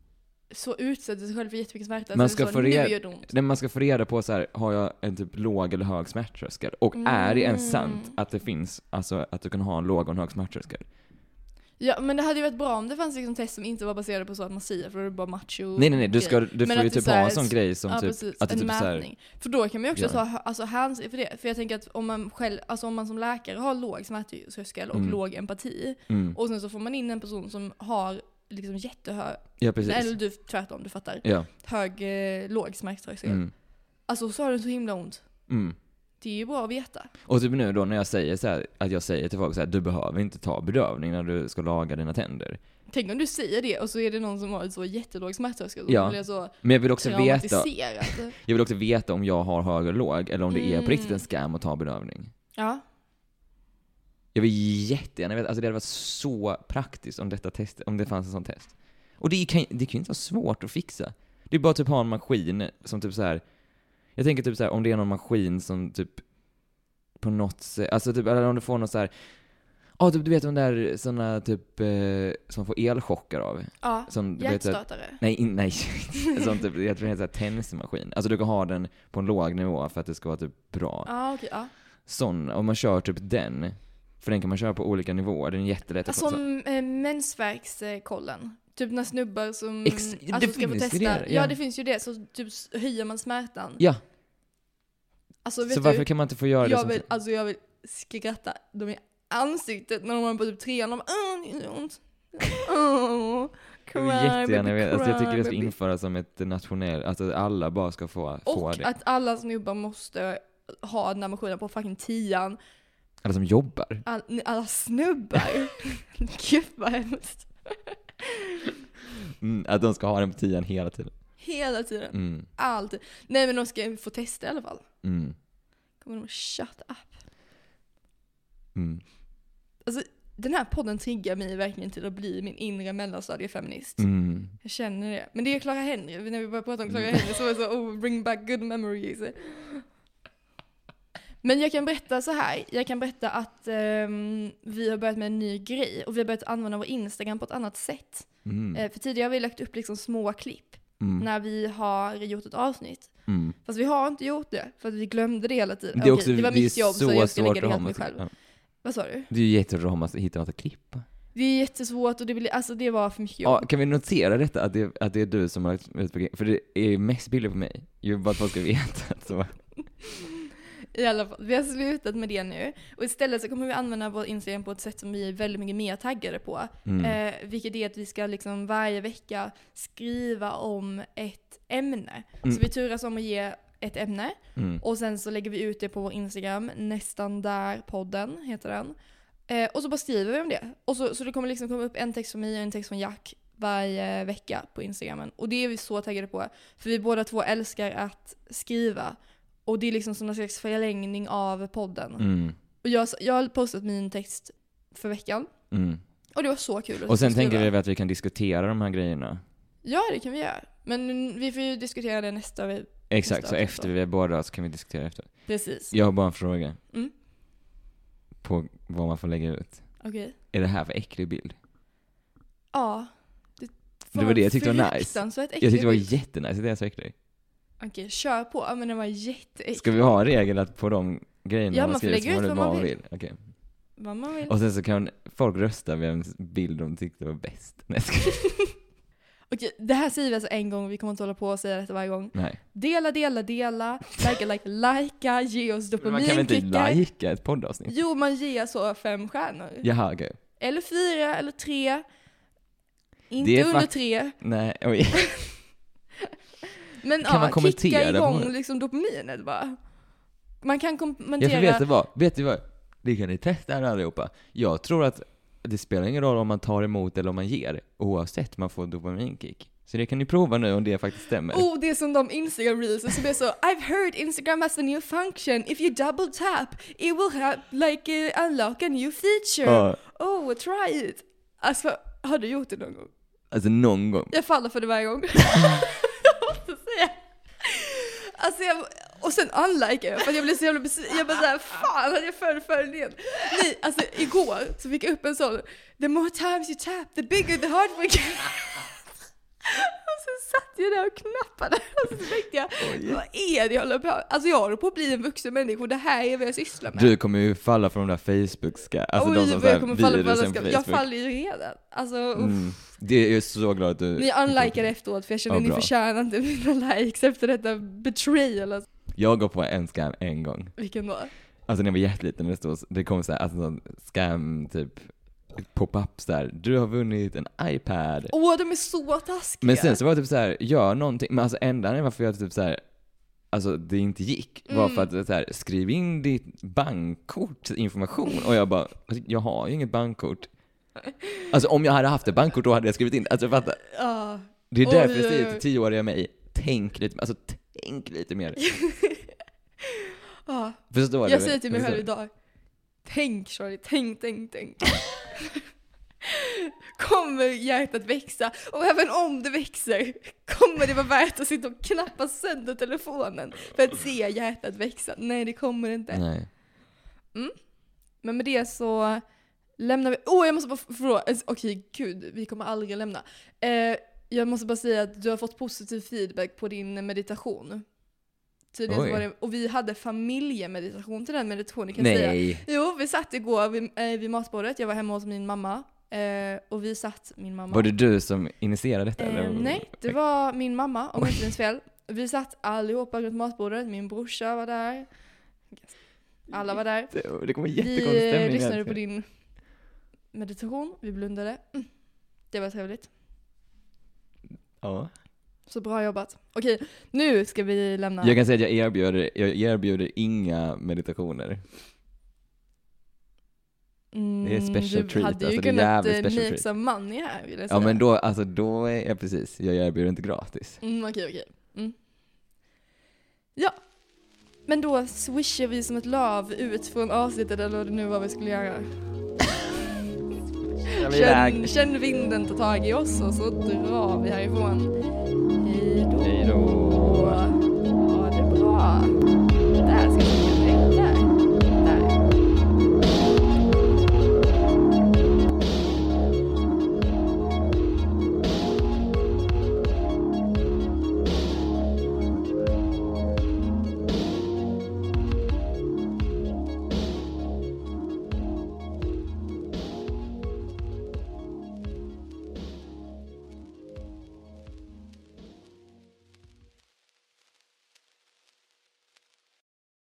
S1: så utsätter sig själv för jättemycket smärta.
S2: Man
S1: så
S2: ska,
S1: så,
S2: få
S1: nu
S2: reda,
S1: gör det ont.
S2: nej, man ska få reda på så här, har jag en typ låg eller hög smärttröskel? Och
S1: Mm.
S2: är det ens sant att det finns, alltså att du kan ha en låg och en hög smärttröskel?
S1: Ja, men det hade ju varit bra om det fanns liksom test som inte var baserade på så att man säger, för det är bara macho.
S2: Nej, nej, nej, du, ska, du
S1: Men
S2: får ju
S1: att det
S2: typ
S1: så här-
S2: ha en sån grej som
S1: Ja,
S2: typ,
S1: precis.
S2: att det
S1: En
S2: typ så här,
S1: mätning. För då kan man ju också
S2: Ja.
S1: ta alltså, hänsyn för det. För jag tänker att om man själv, alltså om man som läkare har låg smärttröskel och
S2: Mm.
S1: låg empati,
S2: mm,
S1: och sen så får man in en person som har liksom jättehög,
S2: ja precis.
S1: eller du tvärtom, du fattar,
S2: Ja.
S1: hög, eh, låg smärttröskel.
S2: Mm.
S1: Alltså så har du så himla ont.
S2: Mm.
S1: Det är ju bra att veta.
S2: Och typ nu då när jag säger så här, att jag säger till folk så här, du behöver inte ta bedövning när du ska laga dina tänder.
S1: Tänk om du säger det och så är det någon som har ett så jättelåg smärttröskel.
S2: Ja.
S1: Då blir jag så
S2: Men jag vill också veta,
S1: traumatiserad.
S2: jag vill också veta om jag har hög eller låg, eller om det är på riktigt en
S1: Mm.
S2: scam att ta bedövning.
S1: Ja.
S2: Jag vill jättegärna veta, alltså det hade varit så praktiskt om detta test, om det fanns en sån test. Och det kan, det kan ju inte vara svårt att fixa. Det är bara typ ha en maskin som typ så här. Jag tänker typ så här, om det är någon maskin som typ på något sätt, alltså typ, eller om du får något så här, ja, typ, du vet de där såna typ eh, som man får elchockar av.
S1: Ja,
S2: Som, du vet, så här,
S1: hjärtstartare.
S2: nej, in, nej, sånt typ, jag tror det är en sån här tennismaskin. Alltså du kan ha den på en låg nivå för att det ska vara typ bra.
S1: Ja, okej, ja.
S2: Sån, om man kör typ den, för den kan man köra på olika nivåer, den är jättelätt att få.
S1: Som äh, mensvärkskollen. Typ när snubbar som
S2: Ex-
S1: alltså,
S2: det
S1: ska få
S2: finns ju
S1: testa.
S2: det,
S1: ja.
S2: ja.
S1: det finns ju det. Så typ s- höjer man smärtan.
S2: Ja,
S1: Alltså, vet
S2: så
S1: du,
S2: varför kan man inte få göra det
S1: jag
S2: som...
S1: vill, alltså jag vill skratta dem i ansiktet när de är på typ trean. De bara, åh, det är så ont. Åh,
S2: Jag vill
S1: cry,
S2: jättegärna
S1: baby,
S2: veta, alltså jag tycker det ska
S1: cry, baby.
S2: införas som ett nationellt, alltså alla bara ska få, få
S1: Och
S2: det.
S1: att alla snubbar måste ha den här maskinen på fucking tian.
S2: Alla som jobbar.
S1: All, alla snubbar. Gud vad hemskt.
S2: Mm, att de ska ha den på tian hela tiden.
S1: Hela tiden.
S2: Mm,
S1: Alltid. Nej men de ska få testa i alla fall.
S2: mm,
S1: Kommer de shut up.
S2: mm,
S1: Alltså den här podden triggar mig verkligen till att bli min inre mellanstadiefeminist.
S2: mm.
S1: Jag känner det. Men det är Clara Henry. När vi började prata om Clara
S2: Mm.
S1: Henry så var det så, oh, bring back good memories. Men jag kan berätta så här. Jag kan berätta att ehm, vi har börjat med en ny grej. Och vi har börjat använda vår Instagram på ett annat sätt.
S2: Mm.
S1: Eh, för tidigare har vi lagt upp liksom små klipp.
S2: Mm.
S1: När vi har gjort ett avsnitt.
S2: Mm.
S1: Fast vi har inte gjort det. För att vi glömde det hela tiden.
S2: Det är
S1: Okej,
S2: också,
S1: det var
S2: det är
S1: mitt jobb så,
S2: så
S1: jag ska
S2: svårt
S1: lägga det
S2: att ha
S1: helt mig
S2: massa-
S1: själv.
S2: ja.
S1: Vad sa du?
S2: Det är ju jättesvårt att ha- hitta något att klippa.
S1: Det är jättesvårt och det, blir, alltså, det var för mycket jobb.
S2: Ja, kan vi notera detta, att det, att det är du som har lagt ut på grejen? För det är mest bilder på mig. Jag vill bara att folk ska veta. Så.
S1: I alla fall, vi har slutat med det nu. Och istället så kommer vi använda vår Instagram på ett sätt som vi är väldigt mycket mer taggade på.
S2: Mm.
S1: Eh, vilket är att vi ska liksom varje vecka skriva om ett ämne.
S2: Mm.
S1: Så vi turas om att ge ett ämne.
S2: Mm.
S1: Och sen så lägger vi ut det på vår Instagram. Nästan där podden heter den. Eh, och så bara skriver vi om det. Och så, så det kommer liksom komma upp en text från mig och en text från Jack varje vecka på Instagramen. Och det är vi så taggade på. För vi båda två älskar att skriva. Och det är liksom som en slags förlängning av podden.
S2: Mm.
S1: Och jag, jag har postat min text för veckan.
S2: Mm.
S1: Och det var så kul att
S2: Och sen
S1: skriva.
S2: tänker vi att vi kan diskutera de här grejerna.
S1: Ja, det kan vi göra. Men vi får ju diskutera det nästa vecka.
S2: Exakt,
S1: Nästa
S2: så
S1: avsnitt
S2: efter
S1: då.
S2: vi är båda så kan vi diskutera efter.
S1: Precis.
S2: Jag har bara en fråga.
S1: Mm.
S2: På vad man får lägga ut.
S1: Okej.
S2: Är det här för äcklig bild?
S1: Ja.
S2: Det var det jag tyckte var nice.
S1: Fruktansvärt
S2: Jag tyckte det var
S1: äckligt.
S2: jättenice, det är så äcklig.
S1: Okej, kör på. Ja, men det var jätteäckligt.
S2: Ska vi ha en regel att på de grejerna
S1: Ja,
S2: man
S1: man får
S2: skriver
S1: lägga
S2: så
S1: ut
S2: man
S1: vad man
S2: vad
S1: vill.
S2: Okej.
S1: Vad man vill.
S2: Och sen så kan folk rösta vems bild de tyckte var bäst. Nej, ska...
S1: Okej, det här säger vi alltså en gång. Vi kommer inte hålla på och säga detta varje gång.
S2: Nej.
S1: Dela, dela, dela. Likea, likea, likea. Ge oss
S2: Men man kan väl inte
S1: dopaminkickar.
S2: lajka ett poddavsnitt?
S1: Jo, man ger så fem stjärnor.
S2: Jaha, okej.
S1: Eller fyra, eller tre. Inte
S2: Det är
S1: under
S2: fakt-
S1: tre.
S2: Nej, oj.
S1: Men
S2: Kan
S1: ja,
S2: man kommentera
S1: kicka igång
S2: på-
S1: liksom dopaminet bara. Man kan
S2: Ja,
S1: kommentera.
S2: för vet du vad? Vet du vad? Det kan ni testa här allihopa. Jag tror att det spelar ingen roll om man tar emot eller om man ger. Oavsett, man får en dopaminkick. Så det kan ni prova nu om det faktiskt stämmer.
S1: Oh, det är som de Instagram-reels som är så I've heard Instagram has a new function. If you double tap, it will have, like uh, unlock a new feature.
S2: Ja,
S1: Oh, try it. Alltså, har du gjort det någon gång?
S2: alltså någon gång.
S1: Jag faller för det varje gång. Jag måste säga. Alltså jag, och sen unlikar jag för att jag blir så jävla besviken. Jag bara såhär, fan att jag föll för den igen. Nej, alltså igår så fick jag upp en sån. The more times you tap, the bigger the heart will get. Och så satt jag där och knappade och så tänkte jag, oj, vad är det jag håller på? Alltså jag håller på att bli en vuxen människa och det här är vad jag sysslar med.
S2: Du kommer ju falla från de där Facebook-ska. Alltså
S1: oj,
S2: de som
S1: jag kommer falla på
S2: virusen
S1: ska, jag faller ju redan. Alltså,
S2: mm. Det är ju så glad att du...
S1: Ni unlikade efteråt för jag känner att ja, ni förtjänar inte mina likes efter detta betrayal. Alltså.
S2: Jag går på en scam en gång.
S1: Vilken då?
S2: Alltså när jag var jätteliten, det, stod, det kom så här, alltså en scam typ pop-ups där. Du har vunnit en iPad.
S1: Åh, oh, de är så taskiga.
S2: Men sen så var det typ så här, gör någonting. Men alltså ända varför jag typ så här, alltså det inte gick var mm. för att så här, skriv in ditt bankkort information. Och jag bara, alltså, jag har ju inget bankkort. Alltså om jag hade haft ett bankkort då hade jag skrivit in. Alltså fatta. Uh, det är därför jag säger till tioåriga mig, tänk lite, alltså tänk lite mer.
S1: uh,
S2: Förstår
S1: jag
S2: du?
S1: säger till mig själv idag, tänk Charlie, tänk, tänk, tänk. Kommer hjärtat växa? Och även om det växer, kommer det vara värt att sitta och knappa sönder telefonen för att se hjärtat växa? Nej, det kommer det inte.
S2: Nej.
S1: Mm. Men med det så lämnar vi... Åh, oh, jag måste bara fråga. Okej, okay, gud, vi kommer aldrig lämna. Eh, jag måste bara säga att du har fått positiv feedback på din meditation. Tydligen var det, och vi hade familjemeditation till den meditationen kan jag
S2: Nej.
S1: säga. Jo, vi satt igår vid, eh, vid matbordet. Jag var hemma hos min mamma. Eh, och vi satt, min mamma.
S2: Var det du som initierade detta?
S1: Eh,
S2: eller?
S1: Nej, det var min mamma, om inte minns fel. Vi satt allihopa runt matbordet. Min brorsa var där. Alla var där.
S2: Det, det kommer jättekonstig stämning.
S1: Vi lyssnade på din meditation. Vi blundade. Mm. Det var trevligt.
S2: Ja.
S1: Så bra jobbat. Okej, nu ska vi lämna.
S2: Jag kan säga att jag erbjuder, jag erbjuder inga meditationer.
S1: Mm,
S2: det är special
S1: du
S2: treat.
S1: hade ju
S2: alltså,
S1: kunnat
S2: det är
S1: make
S2: treat.
S1: some money här, vill jag
S2: Ja,
S1: säga.
S2: men då, alltså, då är jag precis. Jag erbjuder inte gratis.
S1: Mm, okej, okej. Mm. Ja. Men då swishar vi som ett löv ut från avsnittet eller vad det nu var vi skulle göra. Känn, känn vinden ta tag i oss och så drar vi härifrån. Hej.